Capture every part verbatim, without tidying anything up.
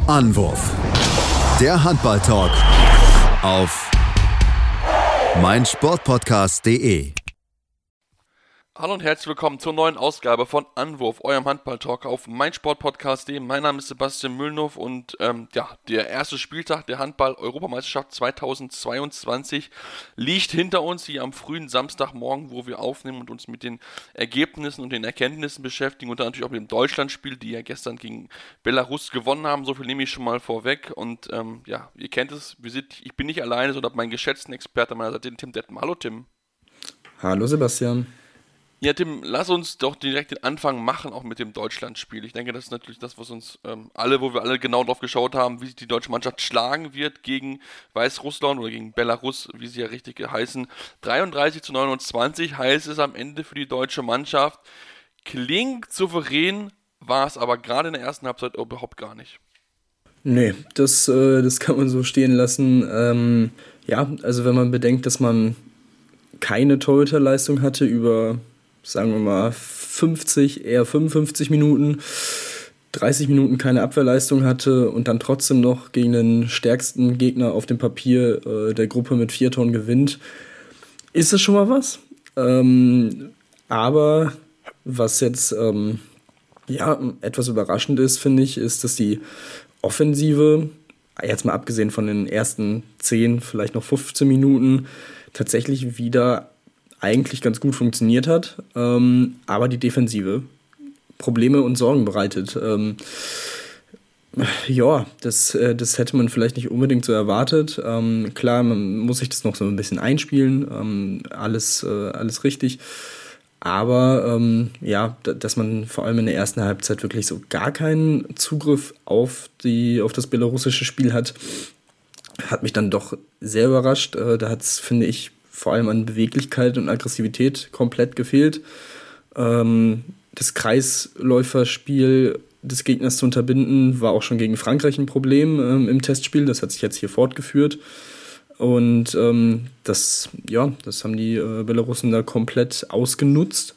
Anwurf. Der Handball-Talk auf meinsportpodcast punkt de. Hallo und herzlich willkommen zur neuen Ausgabe von Anwurf, eurem Handball-Talk auf meinsportpodcast punkt de. Mein Name ist Sebastian Mühlenhoff und ähm, ja, der erste Spieltag der Handball-Europameisterschaft zweitausendzweiundzwanzig liegt hinter uns hier am frühen Samstagmorgen, wo wir aufnehmen und uns mit den Ergebnissen und den Erkenntnissen beschäftigen und dann natürlich auch mit dem Deutschlandspiel, die ja gestern gegen Belarus gewonnen haben. So viel nehme ich schon mal vorweg und ähm, ja, ihr kennt es, wir sind, ich bin nicht alleine, sondern habe meinen geschätzten Experten an meiner Seite, den Tim Detmer. Hallo Tim. Hallo Sebastian. Ja, Tim, lass uns doch direkt den Anfang machen, auch mit dem Deutschlandspiel. Ich denke, das ist natürlich das, was uns ähm, alle, wo wir alle genau drauf geschaut haben, wie sich die deutsche Mannschaft schlagen wird gegen Weißrussland oder gegen Belarus, wie sie ja richtig heißen. dreiunddreißig zu neunundzwanzig heißt es am Ende für die deutsche Mannschaft. Klingt souverän, war es aber gerade in der ersten Halbzeit überhaupt gar nicht. Nee, das, äh, das kann man so stehen lassen. Ähm, ja, also wenn man bedenkt, dass man keine Torhüterleistung hatte über, sagen wir mal, fünfzig, eher fünfundfünfzig Minuten, dreißig Minuten keine Abwehrleistung hatte und dann trotzdem noch gegen den stärksten Gegner auf dem Papier äh, der Gruppe mit vier Toren gewinnt, ist das schon mal was. Ähm, aber was jetzt ähm, ja, etwas überraschend ist, finde ich, ist, dass die Offensive, jetzt mal abgesehen von den ersten zehn, vielleicht noch fünfzehn Minuten, tatsächlich wieder eigentlich ganz gut funktioniert hat, ähm, aber die Defensive Probleme und Sorgen bereitet. Ähm, ja, das, äh, das hätte man vielleicht nicht unbedingt so erwartet. Ähm, klar, man muss sich das noch so ein bisschen einspielen, ähm, alles, äh, alles richtig. Aber ähm, ja, d- dass man vor allem in der ersten Halbzeit wirklich so gar keinen Zugriff auf, die, auf das belarussische Spiel hat, hat mich dann doch sehr überrascht. Äh, da hat es, finde ich, vor allem an Beweglichkeit und Aggressivität komplett gefehlt. Ähm, das Kreisläuferspiel des Gegners zu unterbinden, war auch schon gegen Frankreich ein Problem ähm, im Testspiel. Das hat sich jetzt hier fortgeführt. Und ähm, das, ja, das haben die äh, Belarussen da komplett ausgenutzt.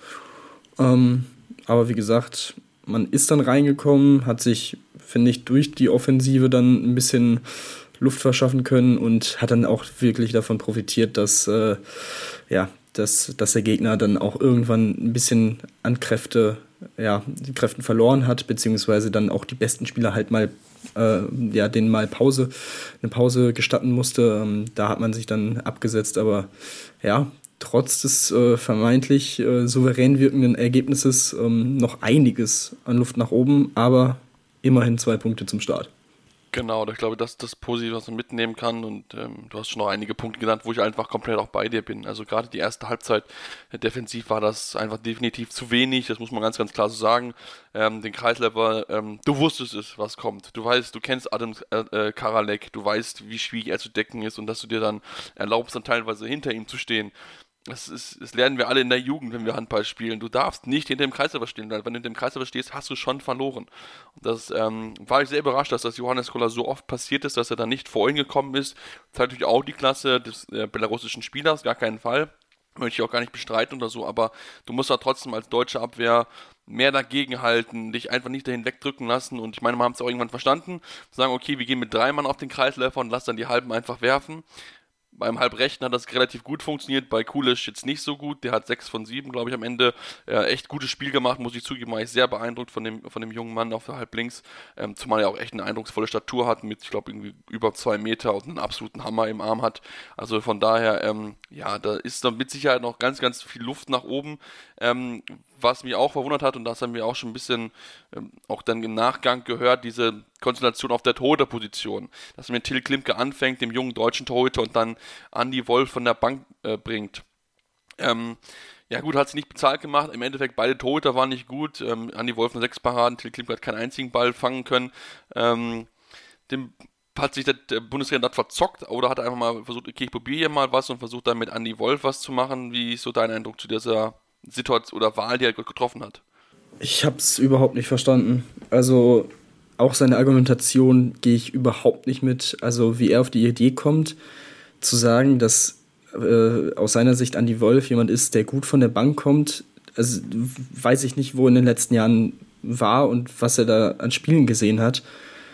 Ähm, aber wie gesagt, man ist dann reingekommen, hat sich, finde ich, durch die Offensive dann ein bisschen Luft verschaffen können und hat dann auch wirklich davon profitiert, dass, äh, ja, dass, dass der Gegner dann auch irgendwann ein bisschen an Kräfte, ja, die Kräfte verloren hat, beziehungsweise dann auch die besten Spieler halt mal, äh, ja, denen mal Pause, eine Pause gestatten musste. Ähm, da hat man sich dann abgesetzt, aber ja, trotz des äh, vermeintlich äh, souverän wirkenden Ergebnisses ähm, noch einiges an Luft nach oben, aber immerhin zwei Punkte zum Start. Genau, ich glaube, das ist das Positive, was man mitnehmen kann und ähm, du hast schon noch einige Punkte genannt, wo ich einfach komplett auch bei dir bin. Also gerade die erste Halbzeit äh, defensiv war das einfach definitiv zu wenig, das muss man ganz, ganz klar so sagen. Ähm, den Kreisläufer, ähm, du wusstest es, was kommt. Du weißt, du kennst Adam äh, äh, Karalek, du weißt, wie schwierig er zu decken ist und dass du dir dann erlaubst, dann teilweise hinter ihm zu stehen. Das, ist, das lernen wir alle in der Jugend, wenn wir Handball spielen. Du darfst nicht hinter dem Kreisläufer stehen, weil wenn du hinter dem Kreisläufer stehst, hast du schon verloren. Und das ähm, war ich sehr überrascht, dass das Johannes Koller so oft passiert ist, dass er dann nicht vor ihn gekommen ist. Das ist natürlich auch die Klasse des äh, belarussischen Spielers, gar keinen Fall. Möchte ich auch gar nicht bestreiten oder so, aber du musst da trotzdem als deutsche Abwehr mehr dagegen halten, dich einfach nicht dahin wegdrücken lassen. Und ich meine, wir haben es auch irgendwann verstanden, sagen, okay, wir gehen mit drei Mann auf den Kreisläufer und lassen dann die Halben einfach werfen. Beim Halbrechten hat das relativ gut funktioniert, bei Kulisch jetzt nicht so gut. Der hat sechs von sieben, glaube ich, am Ende. Äh, echt gutes Spiel gemacht, muss ich zugeben. War ich sehr beeindruckt von dem, von dem jungen Mann auf der Halblinks. Ähm, zumal er auch echt eine eindrucksvolle Statur hat, mit, ich glaube, irgendwie über zwei Meter und einen absoluten Hammer im Arm hat. Also von daher, ähm, ja, da ist dann mit Sicherheit noch ganz, ganz viel Luft nach oben. Ähm, was mich auch verwundert hat, und das haben wir auch schon ein bisschen ähm, auch dann im Nachgang gehört, diese Konstellation auf der Torhüterposition. Dass man mit Till Klimke anfängt, dem jungen deutschen Torhüter, und dann Andi Wolf von der Bank äh, bringt. Ähm, ja gut, hat sie nicht bezahlt gemacht. Im Endeffekt, beide Torhüter waren nicht gut. Ähm, Andi Wolf mit sechs Paraden, Till Klimke hat keinen einzigen Ball fangen können. Ähm, dem hat sich der, der Bundestrainer das verzockt oder hat er einfach mal versucht, okay, ich probiere hier mal was und versucht dann mit Andi Wolf was zu machen. Wie ist so dein Eindruck zu dieser Situation oder Wahl, die er getroffen hat? Ich habe es überhaupt nicht verstanden. Also auch seine Argumentation gehe ich überhaupt nicht mit. Also wie er auf die Idee kommt, zu sagen, dass äh, aus seiner Sicht Andi Wolf jemand ist, der gut von der Bank kommt. Also weiß ich nicht, wo in den letzten Jahren war und was er da an Spielen gesehen hat.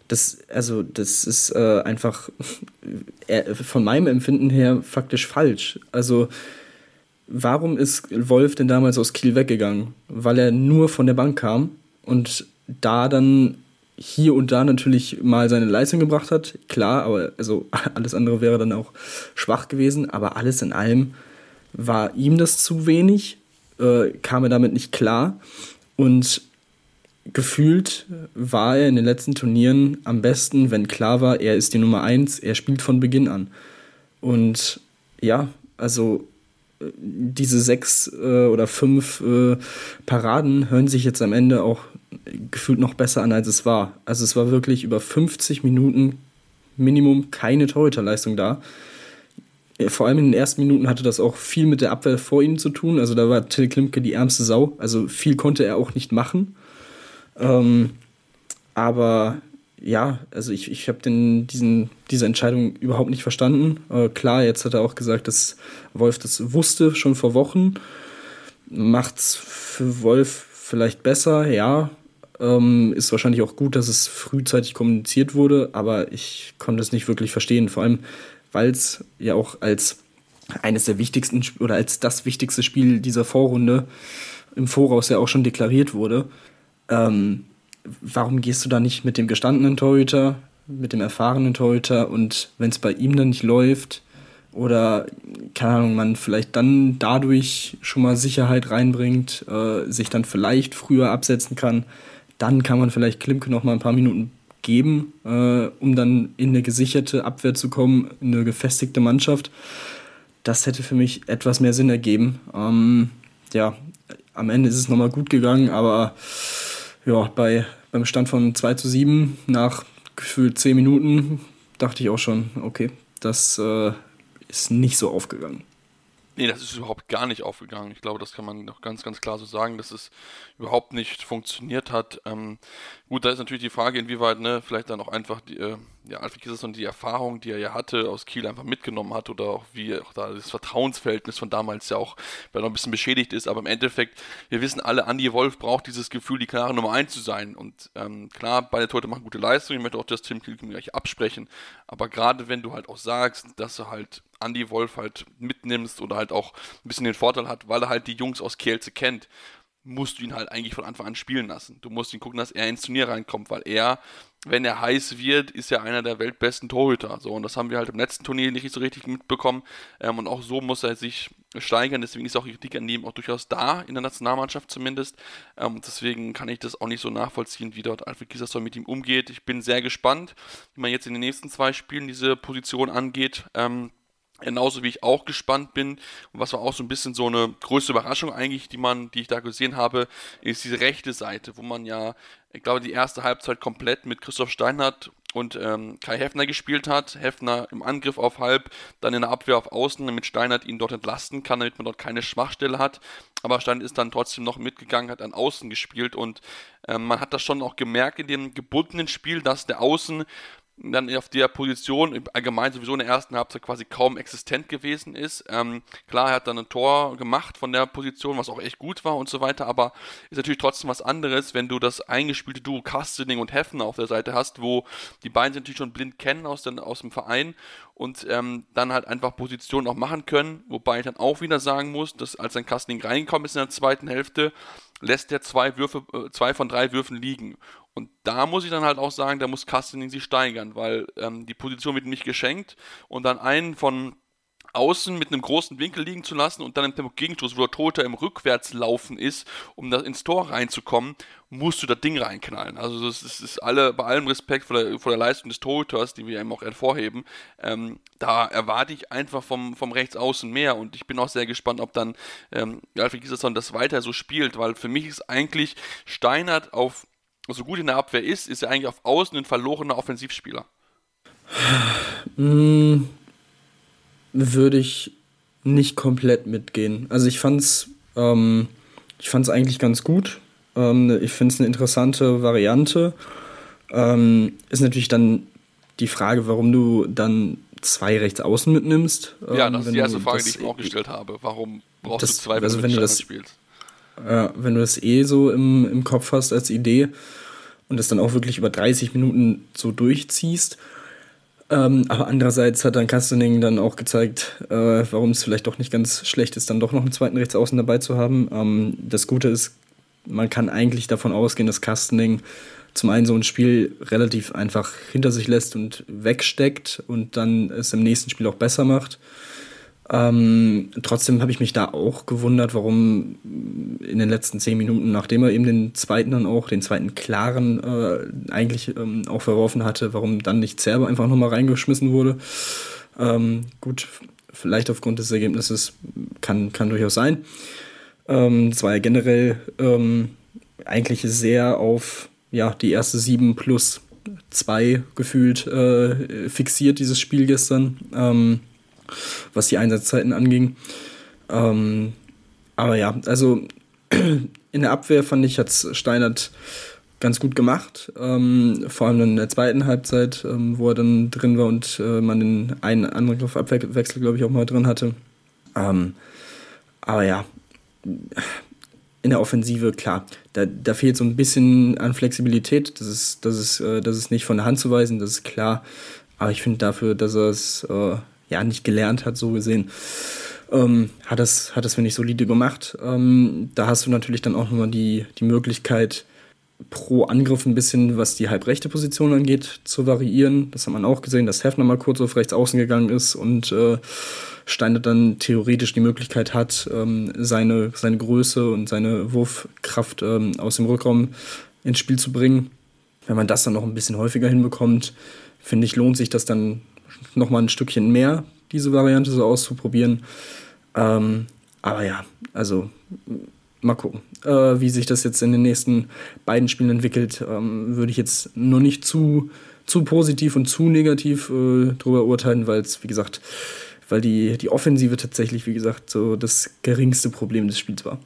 das, also das ist äh, einfach äh, von meinem Empfinden her faktisch falsch. Also warum ist Wolf denn damals aus Kiel weggegangen? Weil er nur von der Bank kam und da dann hier und da natürlich mal seine Leistung gebracht hat. Klar, aber also alles andere wäre dann auch schwach gewesen. Aber alles in allem war ihm das zu wenig, äh, kam er damit nicht klar. Und gefühlt war er in den letzten Turnieren am besten, wenn klar war, er ist die Nummer eins, er spielt von Beginn an. Und ja, also diese sechs äh, oder fünf äh, Paraden hören sich jetzt am Ende auch gefühlt noch besser an, als es war. Also es war wirklich über fünfzig Minuten Minimum keine Torhüterleistung da. Vor allem in den ersten Minuten hatte das auch viel mit der Abwehr vor ihm zu tun. Also da war Till Klimke die ärmste Sau. Also viel konnte er auch nicht machen. Ähm, aber ja, also ich, ich habe diese Entscheidung überhaupt nicht verstanden. Äh, klar, jetzt hat er auch gesagt, dass Wolf das wusste schon vor Wochen. Macht's für Wolf vielleicht besser, ja. Ähm, ist wahrscheinlich auch gut, dass es frühzeitig kommuniziert wurde, aber ich konnte es nicht wirklich verstehen. Vor allem, weil es ja auch als eines der wichtigsten oder als das wichtigste Spiel dieser Vorrunde im Voraus ja auch schon deklariert wurde. Ähm, warum gehst du da nicht mit dem gestandenen Torhüter, mit dem erfahrenen Torhüter und wenn es bei ihm dann nicht läuft oder, keine Ahnung, man vielleicht dann dadurch schon mal Sicherheit reinbringt, äh, sich dann vielleicht früher absetzen kann, dann kann man vielleicht Klimke noch mal ein paar Minuten geben, äh, um dann in eine gesicherte Abwehr zu kommen, in eine gefestigte Mannschaft. Das hätte für mich etwas mehr Sinn ergeben. Ähm, ja, am Ende ist es nochmal gut gegangen, aber ja, bei, beim Stand von zwei zu sieben nach gefühlt zehn Minuten dachte ich auch schon, okay, das äh, ist nicht so aufgegangen. Nee, das ist überhaupt gar nicht aufgegangen. Ich glaube, das kann man noch ganz, ganz klar so sagen, dass es überhaupt nicht funktioniert hat. Ähm, gut, da ist natürlich die Frage, inwieweit, ne, vielleicht dann auch einfach die, äh, ja, Alfred Gislason die Erfahrung, die er ja hatte, aus Kiel einfach mitgenommen hat oder auch wie auch da das Vertrauensverhältnis von damals ja auch noch ein bisschen beschädigt ist. Aber im Endeffekt, wir wissen alle, Andi Wolf braucht dieses Gefühl, die klare Nummer eins zu sein. Und ähm, klar, beide Torhüter machen gute Leistung. Ich möchte auch das Tim Klimke gleich absprechen. Aber gerade wenn du halt auch sagst, dass du halt Andi Wolf halt mitnimmst oder halt auch ein bisschen den Vorteil hat, weil er halt die Jungs aus Kielce kennt, musst du ihn halt eigentlich von Anfang an spielen lassen. Du musst ihn gucken, dass er ins Turnier reinkommt, weil er, wenn er heiß wird, ist er einer der weltbesten Torhüter. So, und das haben wir halt im letzten Turnier nicht so richtig mitbekommen. Ähm, und auch so muss er sich steigern. Deswegen ist auch die Kritik an ihm auch durchaus da, in der Nationalmannschaft zumindest. Ähm, deswegen kann ich das auch nicht so nachvollziehen, wie dort Alfred Gislason mit ihm umgeht. Ich bin sehr gespannt, wie man jetzt in den nächsten zwei Spielen diese Position angeht. Ähm, Genauso wie ich auch gespannt bin und was war auch so ein bisschen so eine größte Überraschung eigentlich, die man, die ich da gesehen habe, ist diese rechte Seite, wo man ja, ich glaube, die erste Halbzeit komplett mit Christoph Steinhardt und ähm, Kai Heffner gespielt hat. Heffner im Angriff auf Halb, dann in der Abwehr auf Außen, damit Steinhardt ihn dort entlasten kann, damit man dort keine Schwachstelle hat. Aber Steinhardt ist dann trotzdem noch mitgegangen, hat an Außen gespielt und ähm, man hat das schon auch gemerkt in dem gebundenen Spiel, dass der Außen dann auf der Position allgemein sowieso in der ersten Halbzeit quasi kaum existent gewesen ist. Ähm, klar, er hat dann ein Tor gemacht von der Position, was auch echt gut war und so weiter, aber ist natürlich trotzdem was anderes, wenn du das eingespielte Duo Kastening und Heffner auf der Seite hast, wo die beiden sich natürlich schon blind kennen aus, den, aus dem Verein und ähm, dann halt einfach Positionen auch machen können, wobei ich dann auch wieder sagen muss, dass als ein Kastening reingekommen ist in der zweiten Hälfte, lässt er zwei Würfe, äh, zwei von drei Würfen liegen. Und da muss ich dann halt auch sagen, da muss Kastening sich steigern, weil ähm, die Position wird ihm nicht geschenkt und dann einen von außen mit einem großen Winkel liegen zu lassen und dann im Tempo Gegenstoß, wo der Torhüter im Rückwärtslaufen ist, um da ins Tor reinzukommen, musst du das Ding reinknallen. Also das ist, ist alle, bei allem Respekt vor der, vor der Leistung des Torhüters, die wir eben auch hervorheben, ähm, da erwarte ich einfach vom, vom Rechtsaußen mehr und ich bin auch sehr gespannt, ob dann ähm, Alfred Gislason das weiter so spielt, weil für mich ist eigentlich Steinhardt auf so gut in der Abwehr ist, ist er eigentlich auf Außen ein verlorener Offensivspieler. Mm, würde ich nicht komplett mitgehen. Also ich fand's, ähm, ich fand's eigentlich ganz gut. Ähm, ich finde es eine interessante Variante. Ähm, ist natürlich dann die Frage, warum du dann zwei Rechtsaußen mitnimmst. Ähm, ja, das ist die erste Frage, die ich mir auch gestellt habe. Warum brauchst das, du zwei, wenn also du wenn mit du das spielst? Ja, wenn du das eh so im, im Kopf hast als Idee. und das dann auch wirklich über dreißig Minuten so durchziehst. Ähm, aber andererseits hat dann Kastening dann auch gezeigt, äh, warum es vielleicht doch nicht ganz schlecht ist, dann doch noch einen zweiten Rechtsaußen dabei zu haben. Ähm, das Gute ist, man kann eigentlich davon ausgehen, dass Kastening zum einen so ein Spiel relativ einfach hinter sich lässt und wegsteckt und dann es im nächsten Spiel auch besser macht. Ähm, trotzdem habe ich mich da auch gewundert, warum in den letzten zehn Minuten, nachdem er eben den zweiten dann auch, den zweiten klaren äh, eigentlich ähm, auch verworfen hatte, warum dann nicht Zerbe einfach nochmal reingeschmissen wurde. Ähm, gut, vielleicht aufgrund des Ergebnisses kann, kann durchaus sein. Ähm, das war ja generell ähm, eigentlich sehr auf ja, die erste sieben plus zwei gefühlt äh, fixiert, dieses Spiel gestern. Ähm, was die Einsatzzeiten anging. Ähm, aber ja, also in der Abwehr fand ich, hat es Steinert ganz gut gemacht. Ähm, vor allem in der zweiten Halbzeit, ähm, wo er dann drin war und äh, man den einen Angriff-Abwechsel, glaube ich, auch mal drin hatte. Ähm, aber ja, in der Offensive, klar, da, da fehlt so ein bisschen an Flexibilität. Das ist, das ist, äh, das ist nicht von der Hand zu weisen, das ist klar. Aber ich finde dafür, dass er es äh, ja nicht gelernt hat, so gesehen, ähm, hat das, hat das finde ich, solide gemacht. Ähm, da hast du natürlich dann auch nochmal die, die Möglichkeit, pro Angriff ein bisschen, was die halbrechte Position angeht, zu variieren. Das hat man auch gesehen, dass Heffner mal kurz auf rechts außen gegangen ist und äh, Steinert dann theoretisch die Möglichkeit hat, ähm, seine, seine Größe und seine Wurfkraft ähm, aus dem Rückraum ins Spiel zu bringen. Wenn man das dann noch ein bisschen häufiger hinbekommt, finde ich, lohnt sich das dann noch mal ein Stückchen mehr, diese Variante so auszuprobieren. Ähm, aber ja, also mal gucken, äh, wie sich das jetzt in den nächsten beiden Spielen entwickelt. Ähm, würde ich jetzt nur nicht zu, zu positiv und zu negativ äh, drüber urteilen, weil es, wie gesagt, weil die, die Offensive tatsächlich, wie gesagt, so das geringste Problem des Spiels war.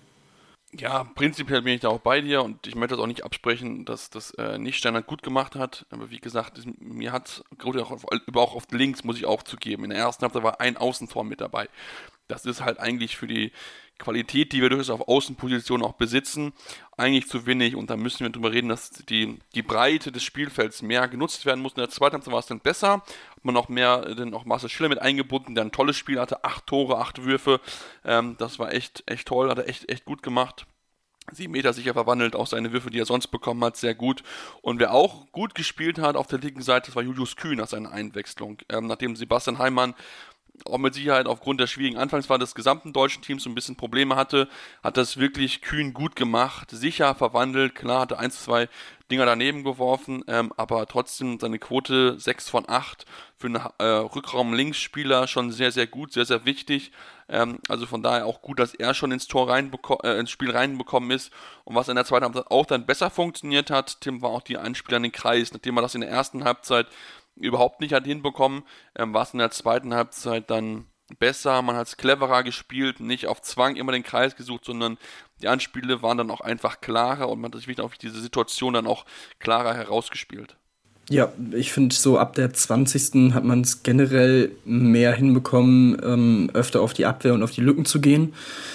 Ja, prinzipiell bin ich da auch bei dir und ich möchte das auch nicht absprechen, dass das äh, nicht Steinert gut gemacht hat. Aber wie gesagt, das, mir hat, gerade auch auf, auch auf links, muss ich auch zugeben, in der ersten Halbzeit war ein Außentor mit dabei. Das ist halt eigentlich für die Qualität, die wir durchaus auf Außenpositionen auch besitzen, eigentlich zu wenig. Und da müssen wir drüber reden, dass die, die Breite des Spielfelds mehr genutzt werden muss. In der zweiten Halbzeit war es dann besser. Hat man auch mehr, dann auch Marcel Schiller mit eingebunden, der ein tolles Spiel hatte. Acht Tore, acht Würfe. Ähm, das war echt, echt toll, hat er echt, echt gut gemacht. Sieben Meter sicher verwandelt, auch seine Würfe, die er sonst bekommen hat, sehr gut. Und wer auch gut gespielt hat auf der linken Seite, das war Julius Kühn nach seiner Einwechslung. Ähm, nachdem Sebastian Heimann auch mit Sicherheit aufgrund der schwierigen Anfangsphase des gesamten deutschen Teams so ein bisschen Probleme hatte, hat das wirklich Kühn gut gemacht, sicher verwandelt, klar, hatte ein, zwei Dinger daneben geworfen, ähm, aber trotzdem seine Quote sechs von acht für einen äh, Rückraum-Linksspieler schon sehr, sehr gut, sehr, sehr wichtig. Ähm, also von daher auch gut, dass er schon ins Tor reinbeko- äh, ins Spiel reinbekommen ist. Und was in der zweiten Halbzeit auch dann besser funktioniert hat, Tim, war auch die Einspieler in den Kreis, nachdem er das in der ersten Halbzeit überhaupt nicht hat hinbekommen, ähm, war es in der zweiten Halbzeit dann besser, man hat es cleverer gespielt, nicht auf Zwang immer den Kreis gesucht, sondern die Anspiele waren dann auch einfach klarer und man hat sich wieder auf diese Situation dann auch klarer herausgespielt. Ja, ich finde, so ab der zwanzigsten hat man es generell mehr hinbekommen, ähm, öfter auf die Abwehr und auf die Lücken zu gehen.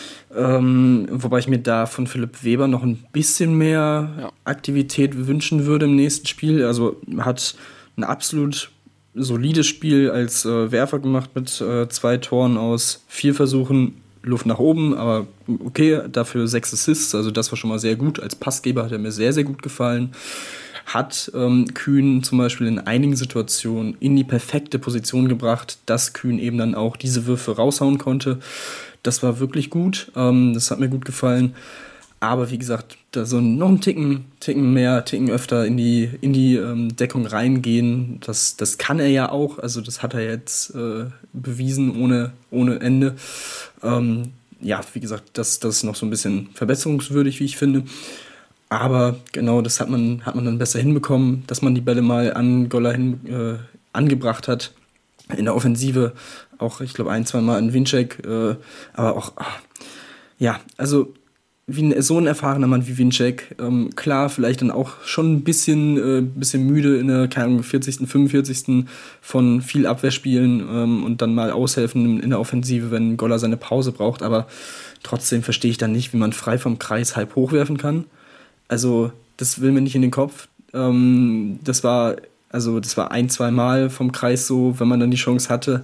Ähm, wobei ich mir da von Philipp Weber noch ein bisschen mehr ja. Aktivität wünschen würde im nächsten Spiel. Also hat ein absolut solides Spiel als äh, Werfer gemacht mit äh, zwei Toren aus vier Versuchen, Luft nach oben, aber okay, dafür sechs Assists, also das war schon mal sehr gut. Als Passgeber hat er mir sehr, sehr gut gefallen. Hat ähm, Kühn zum Beispiel in einigen Situationen in die perfekte Position gebracht, dass Kühn eben dann auch diese Würfe raushauen konnte. Das war wirklich gut, ähm, das hat mir gut gefallen. Aber wie gesagt, da so noch einen Ticken, Ticken mehr, Ticken öfter in die, in die ähm, Deckung reingehen, das, das kann er ja auch. Also das hat er jetzt äh, bewiesen ohne, ohne Ende. Ähm, ja, wie gesagt, das, das ist noch so ein bisschen verbesserungswürdig, wie ich finde. Aber genau, das hat man, hat man dann besser hinbekommen, dass man die Bälle mal an Goller hin, äh, angebracht hat. In der Offensive auch, ich glaube, ein, zwei Mal an Winczek. Äh, aber auch, ach, ja, also wie ein, so ein erfahrener Mann wie Winczek, ähm, klar, vielleicht dann auch schon ein bisschen, äh, bisschen müde in der, keine Ahnung, vierzigsten, fünfundvierzigsten von viel Abwehrspielen ähm, und dann mal aushelfen in, in der Offensive, wenn Goller seine Pause braucht. Aber trotzdem verstehe ich dann nicht, wie man frei vom Kreis halb hochwerfen kann. Also, das will mir nicht in den Kopf. Ähm, das war, also das war ein, zwei Mal vom Kreis so, wenn man dann die Chance hatte.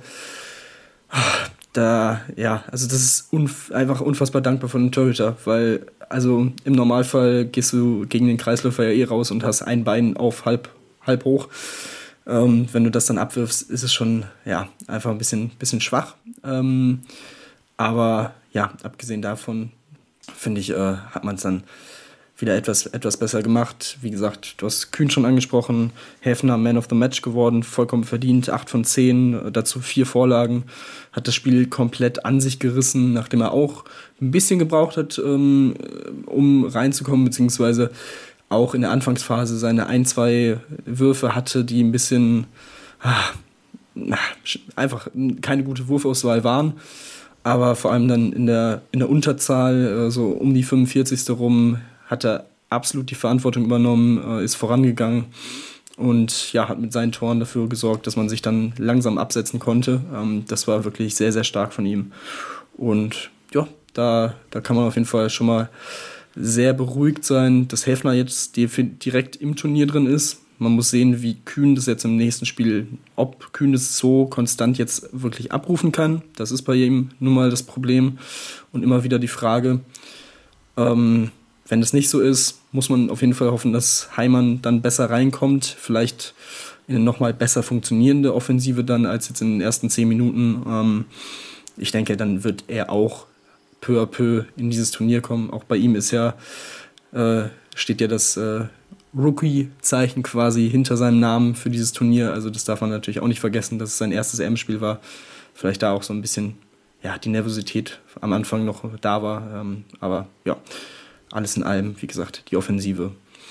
Da, ja, also das ist unf- einfach unfassbar dankbar von einem Torhüter, weil, also im Normalfall gehst du gegen den Kreisläufer ja eh raus und hast ein Bein auf halb, halb hoch. Ähm, wenn du das dann abwirfst, ist es schon, ja, einfach ein bisschen, bisschen schwach. Ähm, aber ja, abgesehen davon, finde ich, äh, hat man es dann wieder etwas, etwas besser gemacht. Wie gesagt, du hast Kühn schon angesprochen, Häfner Man of the Match geworden, vollkommen verdient, acht von zehn, dazu vier Vorlagen, hat das Spiel komplett an sich gerissen, nachdem er auch ein bisschen gebraucht hat, ähm, um reinzukommen, beziehungsweise auch in der Anfangsphase seine ein, zwei Würfe hatte, die ein bisschen ah, einfach keine gute Wurfauswahl waren. Aber vor allem dann in der, in der Unterzahl, so um die fünfundvierzigste rum, hat er absolut die Verantwortung übernommen, ist vorangegangen und ja, hat mit seinen Toren dafür gesorgt, dass man sich dann langsam absetzen konnte. Das war wirklich sehr, sehr stark von ihm. Und ja, da, da kann man auf jeden Fall schon mal sehr beruhigt sein, dass Häfner jetzt direkt im Turnier drin ist. Man muss sehen, wie Kühn das jetzt im nächsten Spiel, ob Kühn es so konstant jetzt wirklich abrufen kann. Das ist bei ihm nun mal das Problem und immer wieder die Frage. Ähm, wenn das nicht so ist, muss man auf jeden Fall hoffen, dass Heimann dann besser reinkommt. Vielleicht in eine nochmal besser funktionierende Offensive dann als jetzt in den ersten zehn Minuten. Ähm, ich denke, dann wird er auch peu à peu in dieses Turnier kommen. Auch bei ihm ist ja, äh, steht ja das äh, Rookie-Zeichen quasi hinter seinem Namen für dieses Turnier. Also das darf man natürlich auch nicht vergessen, dass es sein erstes E M-Spiel war. Vielleicht da auch so ein bisschen ja, die Nervosität am Anfang noch da war. Ähm, aber ja, alles in allem, wie gesagt, die Offensive.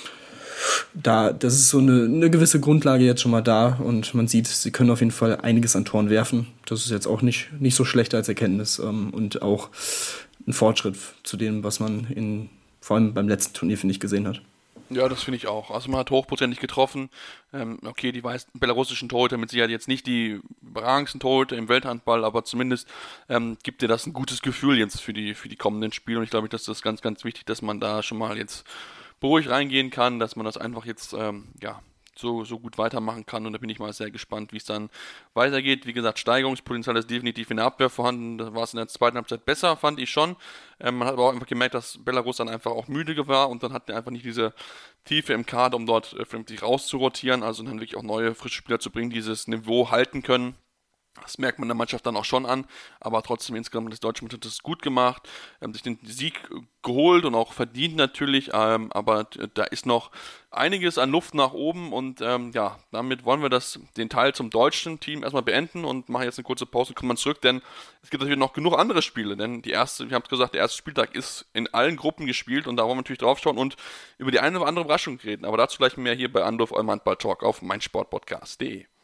Da, das ist so eine, eine gewisse Grundlage jetzt schon mal da und man sieht, sie können auf jeden Fall einiges an Toren werfen. Das ist jetzt auch nicht, nicht so schlecht als Erkenntnis ähm, und auch ein Fortschritt zu dem, was man in, vor allem beim letzten Turnier, finde ich, gesehen hat. Ja, das finde ich auch. Also man hat hochprozentig getroffen. Ähm, okay, die weiß, belarussischen Torhüter mit Sicherheit jetzt nicht die überragendsten Torhüter im Welthandball, aber zumindest ähm, gibt dir das ein gutes Gefühl jetzt für die, für die kommenden Spiele. Und ich glaube, das ist ganz, ganz wichtig, dass man da schon mal jetzt beruhigt reingehen kann, dass man das einfach jetzt ähm, ja, so, so gut weitermachen kann. Und da bin ich mal sehr gespannt, wie es dann weitergeht. Wie gesagt, Steigerungspotenzial ist definitiv in der Abwehr vorhanden. Da war es in der zweiten Halbzeit besser, fand ich schon. Ähm, man hat aber auch einfach gemerkt, dass Belarus dann einfach auch müde war und dann hat er einfach nicht diese Tiefe im Kader, um dort äh, vernünftig rauszurotieren. Also dann wirklich auch neue, frische Spieler zu bringen, die dieses Niveau halten können. Das merkt man der Mannschaft dann auch schon an, aber trotzdem insgesamt hat das deutsche Mannschaft das gut gemacht, haben sich den Sieg geholt und auch verdient natürlich, ähm, aber da ist noch einiges an Luft nach oben und ähm, ja, damit wollen wir das, den Teil zum deutschen Team erstmal beenden und machen jetzt eine kurze Pause und kommen dann zurück, denn es gibt natürlich noch genug andere Spiele, denn die erste, wir haben es gesagt, der erste Spieltag ist in allen Gruppen gespielt und da wollen wir natürlich drauf schauen und über die eine oder andere Überraschung reden, aber dazu gleich mehr hier bei Anruf, eurem Handball-Talk auf meinsportpodcast punkt de.